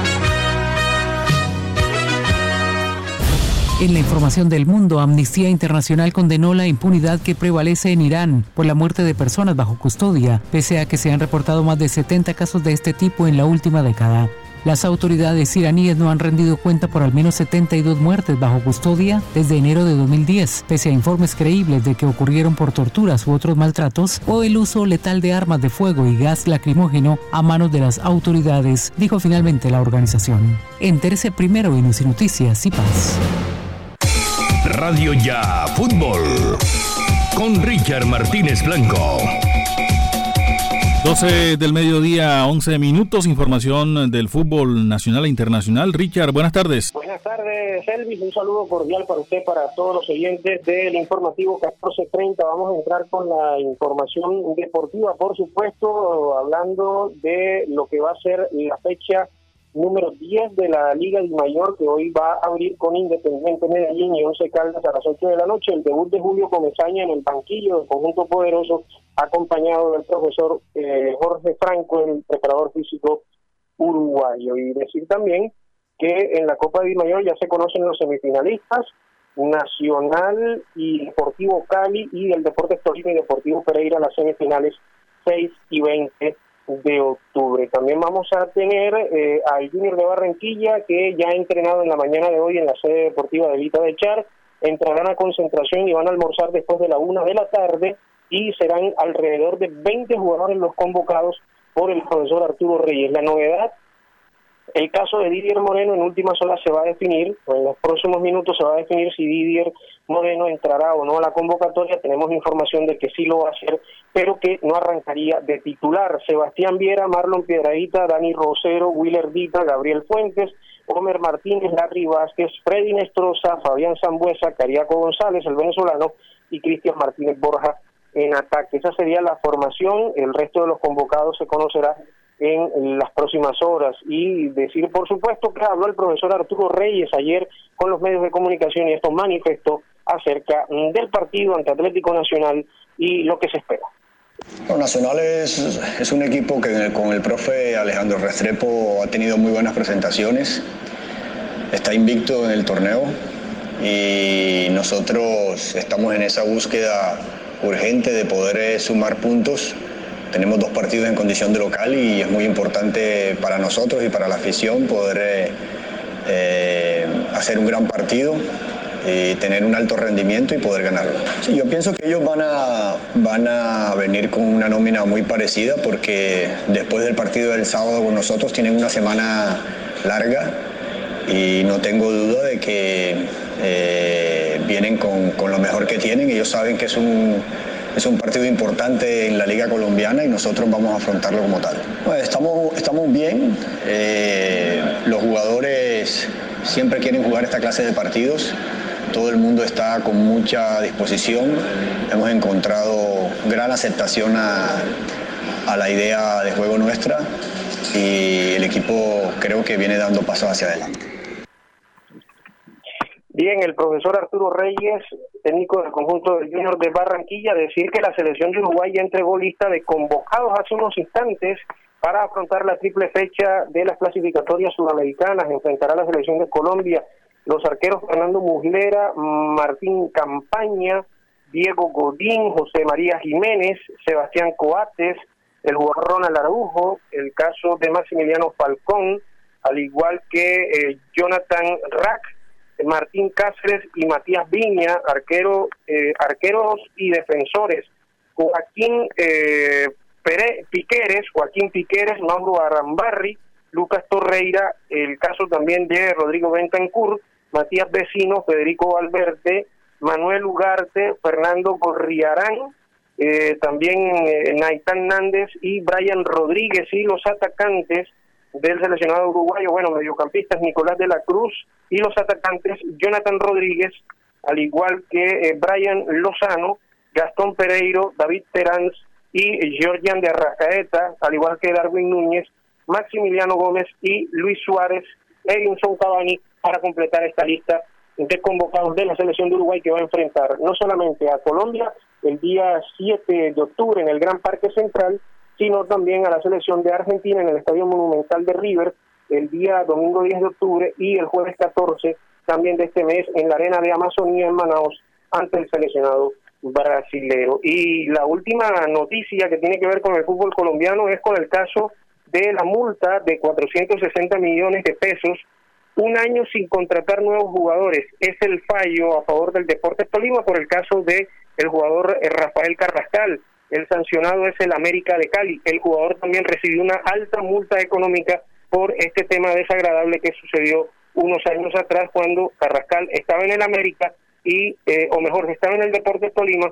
En la información del mundo, Amnistía Internacional condenó la impunidad que prevalece en Irán por la muerte de personas bajo custodia, pese a que se han reportado más de 70 casos de este tipo en la última década. Las autoridades iraníes no han rendido cuenta por al menos 72 muertes bajo custodia desde enero de 2010, pese a informes creíbles de que ocurrieron por torturas u otros maltratos o el uso letal de armas de fuego y gas lacrimógeno a manos de las autoridades, dijo finalmente la organización. Entérese primero en UCI Noticias y Paz. Radio Ya Fútbol con Richard Martínez Blanco. 12 del mediodía, 11 minutos, información del fútbol nacional e internacional. Richard, buenas tardes. Buenas tardes, Elvis, un saludo cordial para usted, para todos los oyentes del informativo 14:30. Vamos a entrar con la información deportiva, por supuesto, hablando de lo que va a ser la fecha número 10 de la Liga Dimayor, que hoy va a abrir con Independiente Medellín y Once Caldas a las 8 de la noche. El debut de Julio Comesaña en el banquillo del conjunto poderoso, acompañado del profesor Jorge Franco, el preparador físico uruguayo. Y decir también que en la Copa Dimayor ya se conocen los semifinalistas, Nacional y Deportivo Cali, y el Deportes Tolima y Deportivo Pereira, las semifinales 6 y 20 de octubre. También vamos a tener al Junior de Barranquilla, que ya ha entrenado en la mañana de hoy en la sede deportiva de Vita de Char. Entrarán a concentración y van a almorzar después de la 1 de la tarde, y serán alrededor de 20 jugadores los convocados por el profesor Arturo Reyes. La novedad, el caso de Didier Moreno, en últimas horas se va a definir, o en los próximos minutos se va a definir si Didier Moreno entrará o no a la convocatoria. Tenemos información de que sí lo va a hacer, pero que no arrancaría de titular. Sebastián Viera, Marlon Piedradita, Dani Rosero, Willer Dita, Gabriel Fuentes, Homer Martínez, Larry Vázquez, Freddy Nestroza, Fabián Sambuesa, Cariaco González, el venezolano, y Cristian Martínez Borja en ataque. Esa sería la formación. El resto de los convocados se conocerá en las próximas horas. Y decir, por supuesto, que habló el profesor Arturo Reyes ayer con los medios de comunicación, y esto manifestó acerca del partido ante Atlético Nacional y lo que se espera. Bueno, Nacional es un equipo que con el profe Alejandro Restrepo ha tenido muy buenas presentaciones, está invicto en el torneo, y nosotros estamos en esa búsqueda urgente de poder sumar puntos. Tenemos 2 partidos en condición de local y es muy importante para nosotros y para la afición poder hacer un gran partido y tener un alto rendimiento y poder ganarlo. Sí, yo pienso que ellos van a venir con una nómina muy parecida, porque después del partido del sábado con nosotros tienen una semana larga, y no tengo duda de que vienen con lo mejor que tienen. Ellos saben que es un partido importante en la Liga Colombiana y nosotros vamos a afrontarlo como tal. Bueno, estamos bien. Los jugadores siempre quieren jugar esta clase de partidos. Todo el mundo está con mucha disposición. Hemos encontrado gran aceptación a la idea de juego nuestra, y el equipo creo que viene dando pasos hacia adelante. Bien, el profesor Arturo Reyes, técnico del conjunto del Junior de Barranquilla, decir que la selección de Uruguay ya entregó lista de convocados hace unos instantes para afrontar la triple fecha de las clasificatorias sudamericanas. Enfrentará a la selección de Colombia los arqueros Fernando Muslera, Martín Campaña, Diego Godín, José María Jiménez, Sebastián Coates, el jugador Ronald Araujo, el caso de Maximiliano Falcón, al igual que Jonathan Rack, Martín Cáceres y Matías Viña, arqueros y defensores. Joaquín Piqueres, Mauro Arambarri, Lucas Torreira, el caso también de Rodrigo Bentancur, Matías Vecino, Federico Valverde, Manuel Ugarte, Fernando Gorriarán, también Naitán Nández y Brian Rodríguez, y los atacantes del seleccionado uruguayo, mediocampistas Nicolás de la Cruz, y los atacantes Jonathan Rodríguez, al igual que Brian Lozano, Gastón Pereiro, David Terán y Georgian de Arrascaeta, al igual que Darwin Núñez, Maximiliano Gómez y Luis Suárez, Edinson Cavani, para completar esta lista de convocados de la selección de Uruguay, que va a enfrentar no solamente a Colombia el día 7 de octubre en el Gran Parque Central, sino también a la selección de Argentina en el Estadio Monumental de River el día domingo 10 de octubre y el jueves 14 también de este mes en la Arena de Amazonía en Manaus ante el seleccionado brasilero. Y la última noticia que tiene que ver con el fútbol colombiano es con el caso de la multa de 460 millones de pesos, un año sin contratar nuevos jugadores. Es el fallo a favor del Deportes Tolima por el caso de el jugador Rafael Carrascal. El sancionado es el América de Cali. El jugador también recibió una alta multa económica por este tema desagradable que sucedió unos años atrás cuando Carrascal estaba en el América estaba en el Deportes Tolima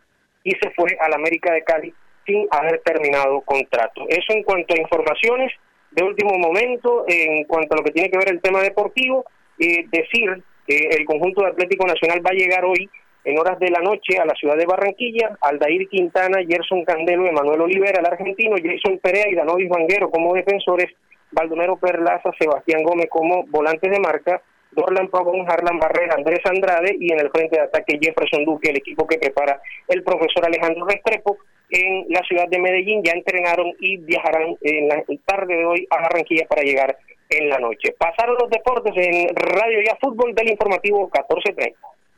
y se fue al América de Cali sin haber terminado contrato. Eso en cuanto a informaciones de último momento. En cuanto a lo que tiene que ver el tema deportivo, decir que el conjunto de Atlético Nacional va a llegar hoy en horas de la noche a la ciudad de Barranquilla. Aldair Quintana, Gerson Candelo, Emanuel Olivera, el argentino, Jason Perea y Danovis Vanguero como defensores, Baldomero Perlaza, Sebastián Gómez como volantes de marca, Dorlan Pavón, Harlan Barrera, Andrés Andrade, y en el frente de ataque Jefferson Duque, el equipo que prepara el profesor Alejandro Restrepo en la ciudad de Medellín. Ya entrenaron y viajarán en la tarde de hoy a Barranquilla para llegar en la noche. Pasaron los deportes en Radio Ya Fútbol del informativo 1430.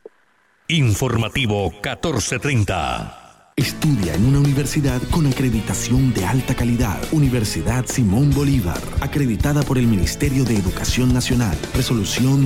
Informativo 1430. Estudia en una universidad con acreditación de alta calidad. Universidad Simón Bolívar, acreditada por el Ministerio de Educación Nacional. Resolución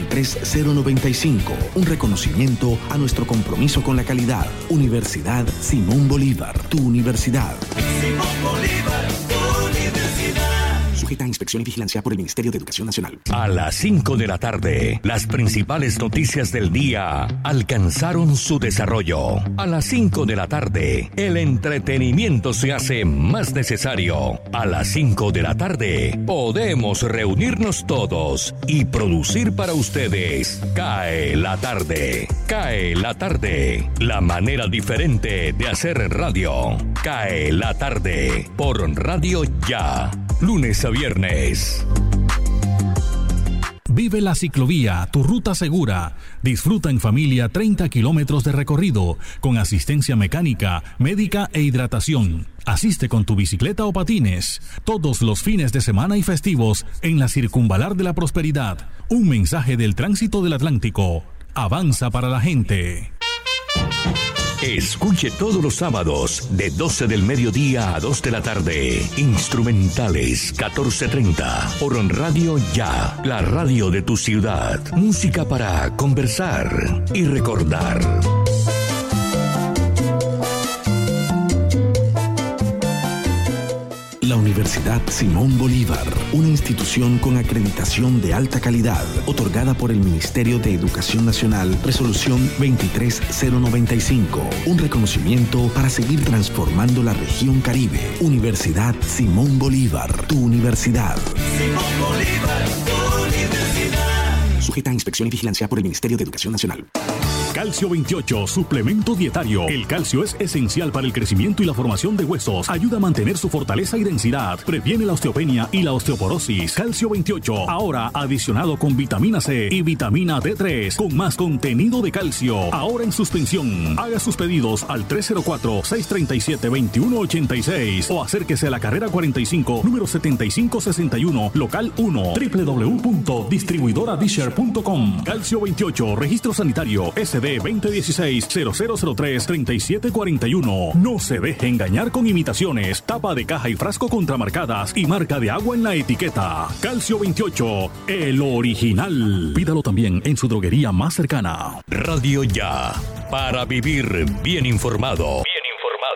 23095, un reconocimiento a nuestro compromiso con la calidad. Universidad Simón Bolívar, tu universidad. Simón Bolívar, tu universidad. Sujeta a inspección y vigilancia por el Ministerio de Educación Nacional. A las 5 de la tarde, las principales noticias del día alcanzaron su desarrollo. A las 5 de la tarde, el entretenimiento se hace más necesario. A las 5 de la tarde, podemos reunirnos todos y producir para ustedes. Cae la tarde. Cae la tarde. La manera diferente de hacer radio. Cae la tarde por Radio Ya. Lunes a viernes. Vive la ciclovía, tu ruta segura. Disfruta en familia 30 kilómetros de recorrido, con asistencia mecánica, médica e hidratación. Asiste con tu bicicleta o patines, todos los fines de semana y festivos en la Circunvalar de la Prosperidad. Un mensaje del Tránsito del Atlántico. Avanza para la gente. Escuche todos los sábados de 12 del mediodía a 2 de la tarde. Instrumentales 1430 por Radio Ya, la radio de tu ciudad. Música para conversar y recordar. La Universidad Simón Bolívar, una institución con acreditación de alta calidad, otorgada por el Ministerio de Educación Nacional, resolución 23095, un reconocimiento para seguir transformando la región Caribe. Universidad Simón Bolívar, tu universidad. Simón Bolívar, tu universidad. Sujeta a inspección y vigilancia por el Ministerio de Educación Nacional. Calcio 28, suplemento dietario. El calcio es esencial para el crecimiento y la formación de huesos. Ayuda a mantener su fortaleza y densidad. Previene la osteopenia y la osteoporosis. Calcio 28, ahora adicionado con vitamina C y vitamina D3, con más contenido de calcio. Ahora en suspensión. Haga sus pedidos al 304-637-2186 o acérquese a la carrera 45, número 7561, local 1, www.distribuidoradisher.com. Calcio 28, registro sanitario SD 2016-0003-3741. No se deje engañar con imitaciones, tapa de caja y frasco contramarcadas y marca de agua en la etiqueta. Calcio 28, el original. Pídalo también en su droguería más cercana. Radio Ya, para vivir bien informado. Bien informado.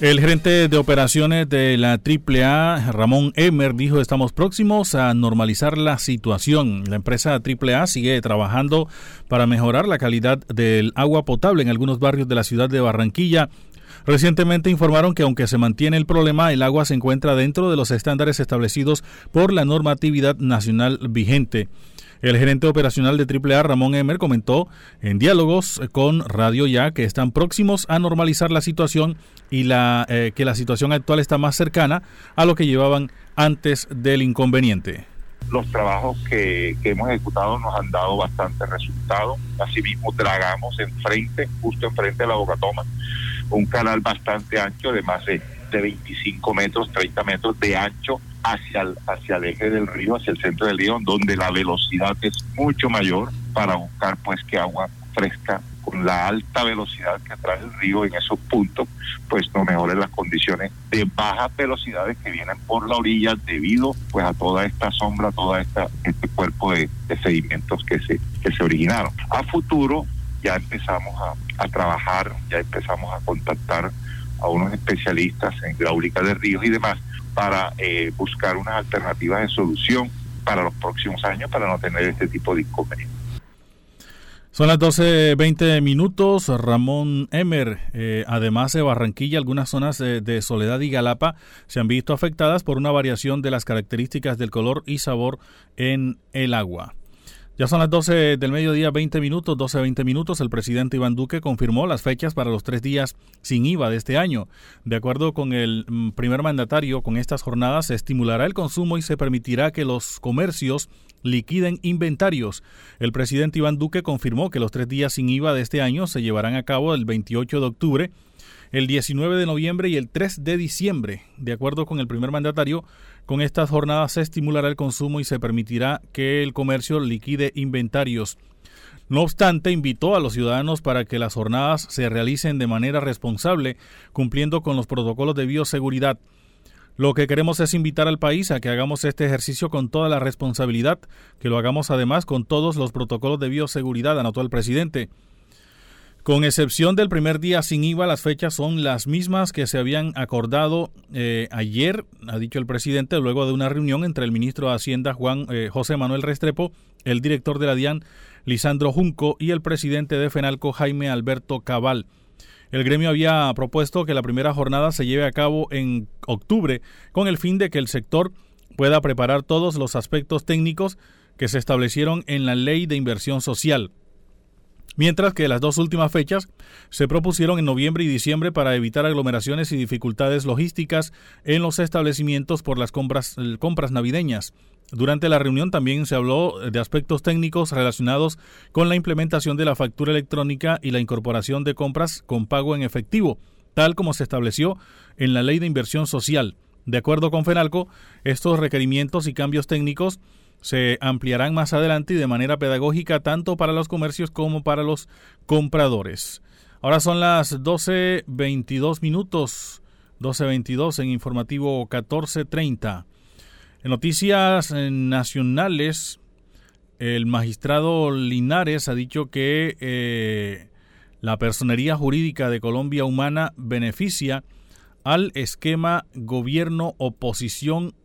El gerente de operaciones de la AAA, Ramón Emer, dijo: estamos próximos a normalizar la situación. La empresa AAA sigue trabajando para mejorar la calidad del agua potable en algunos barrios de la ciudad de Barranquilla. Recientemente informaron que aunque se mantiene el problema, el agua se encuentra dentro de los estándares establecidos por la normatividad nacional vigente. El gerente operacional de AAA, Ramón Emer, comentó en diálogos con Radio Ya que están próximos a normalizar la situación y que la situación actual está más cercana a lo que llevaban antes del inconveniente. Los trabajos que hemos ejecutado nos han dado bastante resultado. Asimismo, dragamos justo enfrente de la Bocatoma, un canal bastante ancho de más de 25 metros, 30 metros de ancho hacia el eje del río, hacia el centro del río, donde la velocidad es mucho mayor para buscar pues que agua fresca con la alta velocidad que trae el río en esos puntos, pues no mejoren las condiciones de bajas velocidades que vienen por la orilla debido pues a toda esta sombra, este cuerpo de sedimentos que se originaron. A futuro ya empezamos a trabajar, ya empezamos a contactar a unos especialistas en hidráulica de ríos y demás para buscar unas alternativas de solución para los próximos años para no tener este tipo de inconvenientes. Son las 12:20 minutos. Ramón Emer, además de Barranquilla, algunas zonas de Soledad y Galapa se han visto afectadas por una variación de las características del color y sabor en el agua. Ya son las 12 del mediodía, 20 minutos, 12:20 minutos. El presidente Iván Duque confirmó las fechas para los 3 días sin IVA de este año. De acuerdo con el primer mandatario, con estas jornadas se estimulará el consumo y se permitirá que los comercios liquiden inventarios. El presidente Iván Duque confirmó que los 3 días sin IVA de este año se llevarán a cabo el 28 de octubre, el 19 de noviembre y el 3 de diciembre. De acuerdo con el primer mandatario, con estas jornadas se estimulará el consumo y se permitirá que el comercio liquide inventarios. No obstante, invitó a los ciudadanos para que las jornadas se realicen de manera responsable, cumpliendo con los protocolos de bioseguridad. Lo que queremos es invitar al país a que hagamos este ejercicio con toda la responsabilidad, que lo hagamos además con todos los protocolos de bioseguridad, anotó el presidente. Con excepción del primer día sin IVA, las fechas son las mismas que se habían acordado ayer, ha dicho el presidente, luego de una reunión entre el ministro de Hacienda, José Manuel Restrepo, el director de la DIAN, Lisandro Junco, y el presidente de FENALCO, Jaime Alberto Cabal. El gremio había propuesto que la primera jornada se lleve a cabo en octubre, con el fin de que el sector pueda preparar todos los aspectos técnicos que se establecieron en la Ley de Inversión Social. Mientras que las 2 últimas fechas se propusieron en noviembre y diciembre para evitar aglomeraciones y dificultades logísticas en los establecimientos por las compras navideñas. Durante la reunión también se habló de aspectos técnicos relacionados con la implementación de la factura electrónica y la incorporación de compras con pago en efectivo, tal como se estableció en la Ley de Inversión Social. De acuerdo con FENALCO, estos requerimientos y cambios técnicos se ampliarán más adelante y de manera pedagógica tanto para los comercios como para los compradores. Ahora son las 12:22 minutos, 12:22 en informativo 1430. En noticias nacionales, el magistrado Linares ha dicho que la Personería Jurídica de Colombia Humana beneficia al esquema gobierno-oposición.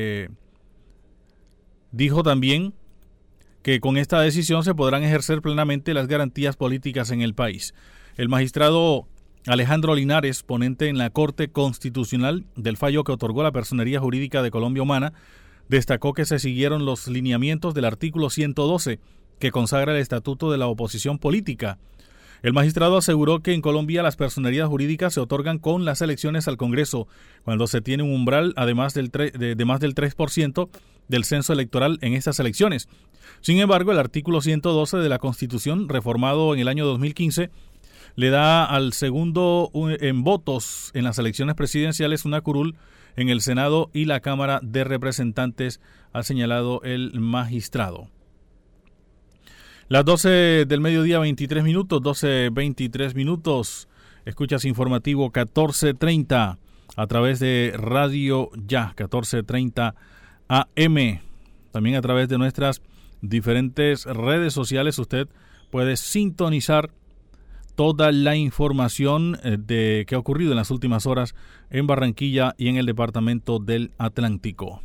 Dijo también que con esta decisión se podrán ejercer plenamente las garantías políticas en el país. El magistrado Alejandro Linares, ponente en la Corte Constitucional del fallo que otorgó la Personería Jurídica de Colombia Humana, destacó que se siguieron los lineamientos del artículo 112, que consagra el estatuto de la oposición política. El magistrado aseguró que en Colombia las personerías jurídicas se otorgan con las elecciones al Congreso, cuando se tiene un umbral además de más del 3% del censo electoral en estas elecciones. Sin embargo, el artículo 112 de la Constitución, reformado en el año 2015, le da al segundo en votos en las elecciones presidenciales una curul en el Senado y la Cámara de Representantes, ha señalado el magistrado. Las 12 del mediodía, 23 minutos, 12:23 minutos. Escuchas informativo 1430 a través de Radio Ya, 1430 AM. También a través de nuestras diferentes redes sociales usted puede sintonizar toda la información de qué ha ocurrido en las últimas horas en Barranquilla y en el departamento del Atlántico.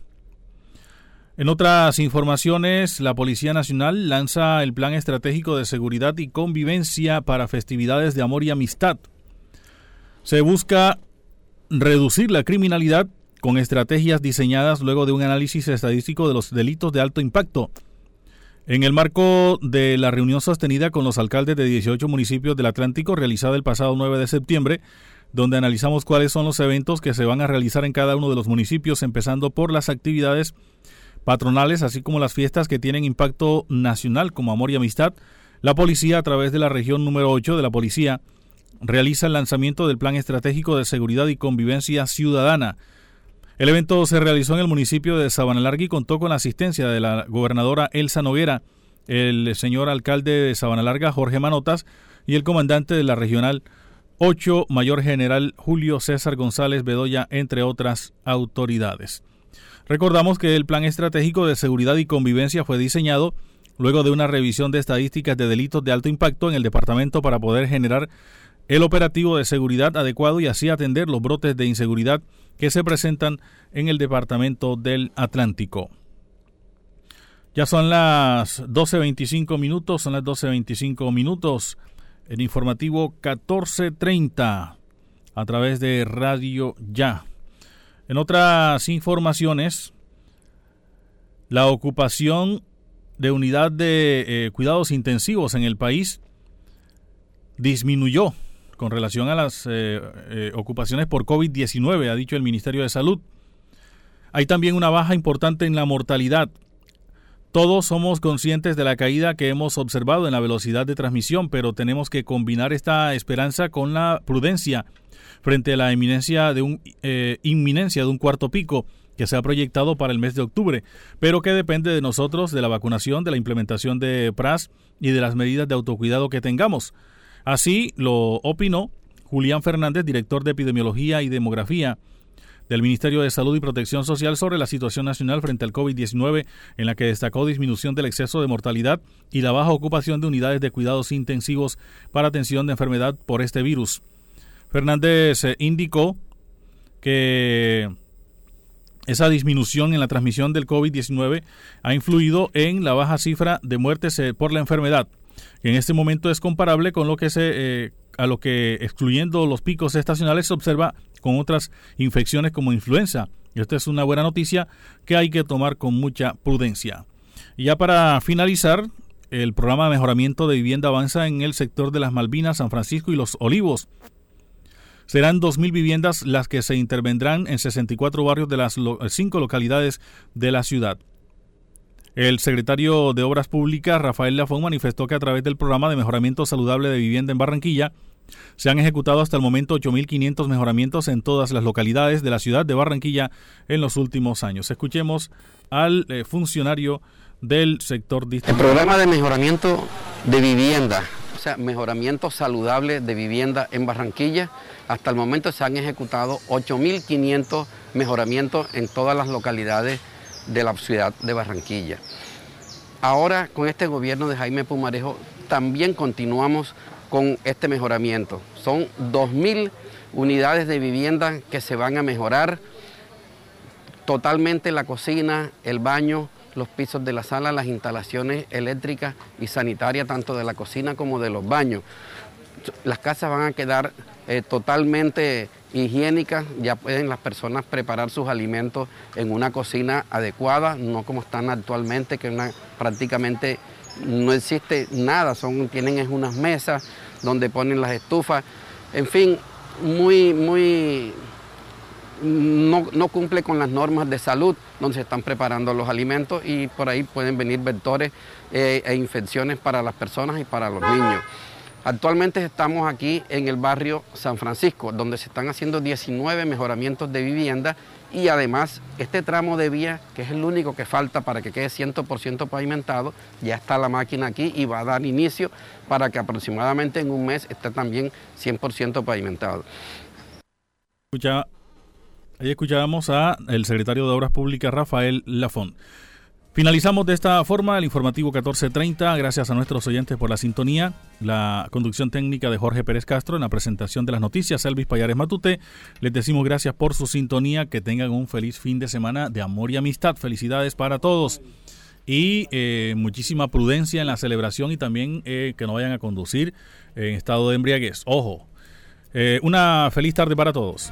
En otras informaciones, la Policía Nacional lanza el Plan Estratégico de Seguridad y Convivencia para festividades de amor y amistad. Se busca reducir la criminalidad con estrategias diseñadas luego de un análisis estadístico de los delitos de alto impacto. En el marco de la reunión sostenida con los alcaldes de 18 municipios del Atlántico, realizada el pasado 9 de septiembre, donde analizamos cuáles son los eventos que se van a realizar en cada uno de los municipios, empezando por las actividades patronales, así como las fiestas que tienen impacto nacional como Amor y Amistad, la policía, a través de la región número 8 de la policía, realiza el lanzamiento del Plan Estratégico de Seguridad y Convivencia Ciudadana. El evento se realizó en el municipio de Sabanalarga y contó con la asistencia de la gobernadora Elsa Noguera, el señor alcalde de Sabanalarga, Jorge Manotas, y el comandante de la Regional 8, Mayor General Julio César González Bedoya, entre otras autoridades. Recordamos que el Plan Estratégico de Seguridad y Convivencia fue diseñado luego de una revisión de estadísticas de delitos de alto impacto en el departamento para poder generar el operativo de seguridad adecuado y así atender los brotes de inseguridad que se presentan en el departamento del Atlántico. Ya son las 12:25 minutos, el informativo 14:30 a través de Radio Ya. En otras informaciones, la ocupación de unidad de cuidados intensivos en el país disminuyó con relación a las ocupaciones por COVID-19, ha dicho el Ministerio de Salud. Hay también una baja importante en la mortalidad. Todos somos conscientes de la caída que hemos observado en la velocidad de transmisión, pero tenemos que combinar esta esperanza con la prudencia frente a la inminencia de un cuarto pico que se ha proyectado para el mes de octubre, pero que depende de nosotros, de la vacunación, de la implementación de PRAS y de las medidas de autocuidado que tengamos. Así lo opinó Julián Fernández, director de Epidemiología y Demografía del Ministerio de Salud y Protección Social, sobre la situación nacional frente al COVID-19, en la que destacó disminución del exceso de mortalidad y la baja ocupación de unidades de cuidados intensivos para atención de enfermedad por este virus. Fernández indicó que esa disminución en la transmisión del COVID-19 ha influido en la baja cifra de muertes por la enfermedad, que en este momento es comparable con lo que a lo que, excluyendo los picos estacionales, se observa con otras infecciones como influenza. Y esta es una buena noticia que hay que tomar con mucha prudencia. Y ya para finalizar, el programa de mejoramiento de vivienda avanza en el sector de las Malvinas, San Francisco y Los Olivos. Serán 2.000 viviendas las que se intervendrán en 64 barrios de las 5 localidades de la ciudad. El secretario de Obras Públicas, Rafael Lafón, manifestó que a través del programa de mejoramiento saludable de vivienda en Barranquilla se han ejecutado hasta el momento 8.500 mejoramientos en todas las localidades de la ciudad de Barranquilla en los últimos años. Escuchemos al funcionario del sector distrital. El programa de mejoramiento de vivienda, o sea, mejoramiento saludable de vivienda en Barranquilla, hasta el momento se han ejecutado 8.500 mejoramientos en todas las localidades de la ciudad de Barranquilla. Ahora, con este gobierno de Jaime Pumarejo, también continuamos con este mejoramiento. Son 2.000 unidades de vivienda que se van a mejorar totalmente: la cocina, el baño, los pisos de la sala, las instalaciones eléctricas y sanitarias, tanto de la cocina como de los baños. Las casas van a quedar totalmente higiénicas, ya pueden las personas preparar sus alimentos en una cocina adecuada, no como están actualmente, que prácticamente no existe nada, tienen unas mesas donde ponen las estufas, en fin, no cumple con las normas de salud donde se están preparando los alimentos, y por ahí pueden venir vectores e infecciones para las personas y para los niños. Actualmente estamos aquí en el barrio San Francisco, donde se están haciendo 19 mejoramientos de vivienda, y además este tramo de vía, que es el único que falta para que quede 100% pavimentado, ya está la máquina aquí y va a dar inicio para que aproximadamente en un mes esté también 100% pavimentado. Ahí escuchábamos al secretario de Obras Públicas, Rafael Lafón. Finalizamos de esta forma el informativo 14:30. Gracias a nuestros oyentes por la sintonía. La conducción técnica de Jorge Pérez Castro, en la presentación de las noticias, Elvis Payares Matute. Les decimos gracias por su sintonía. Que tengan un feliz fin de semana de amor y amistad. Felicidades para todos. Y muchísima prudencia en la celebración y también que no vayan a conducir en estado de embriaguez. Ojo. Una feliz tarde para todos.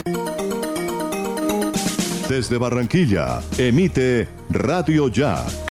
Desde Barranquilla, emite Radio Ya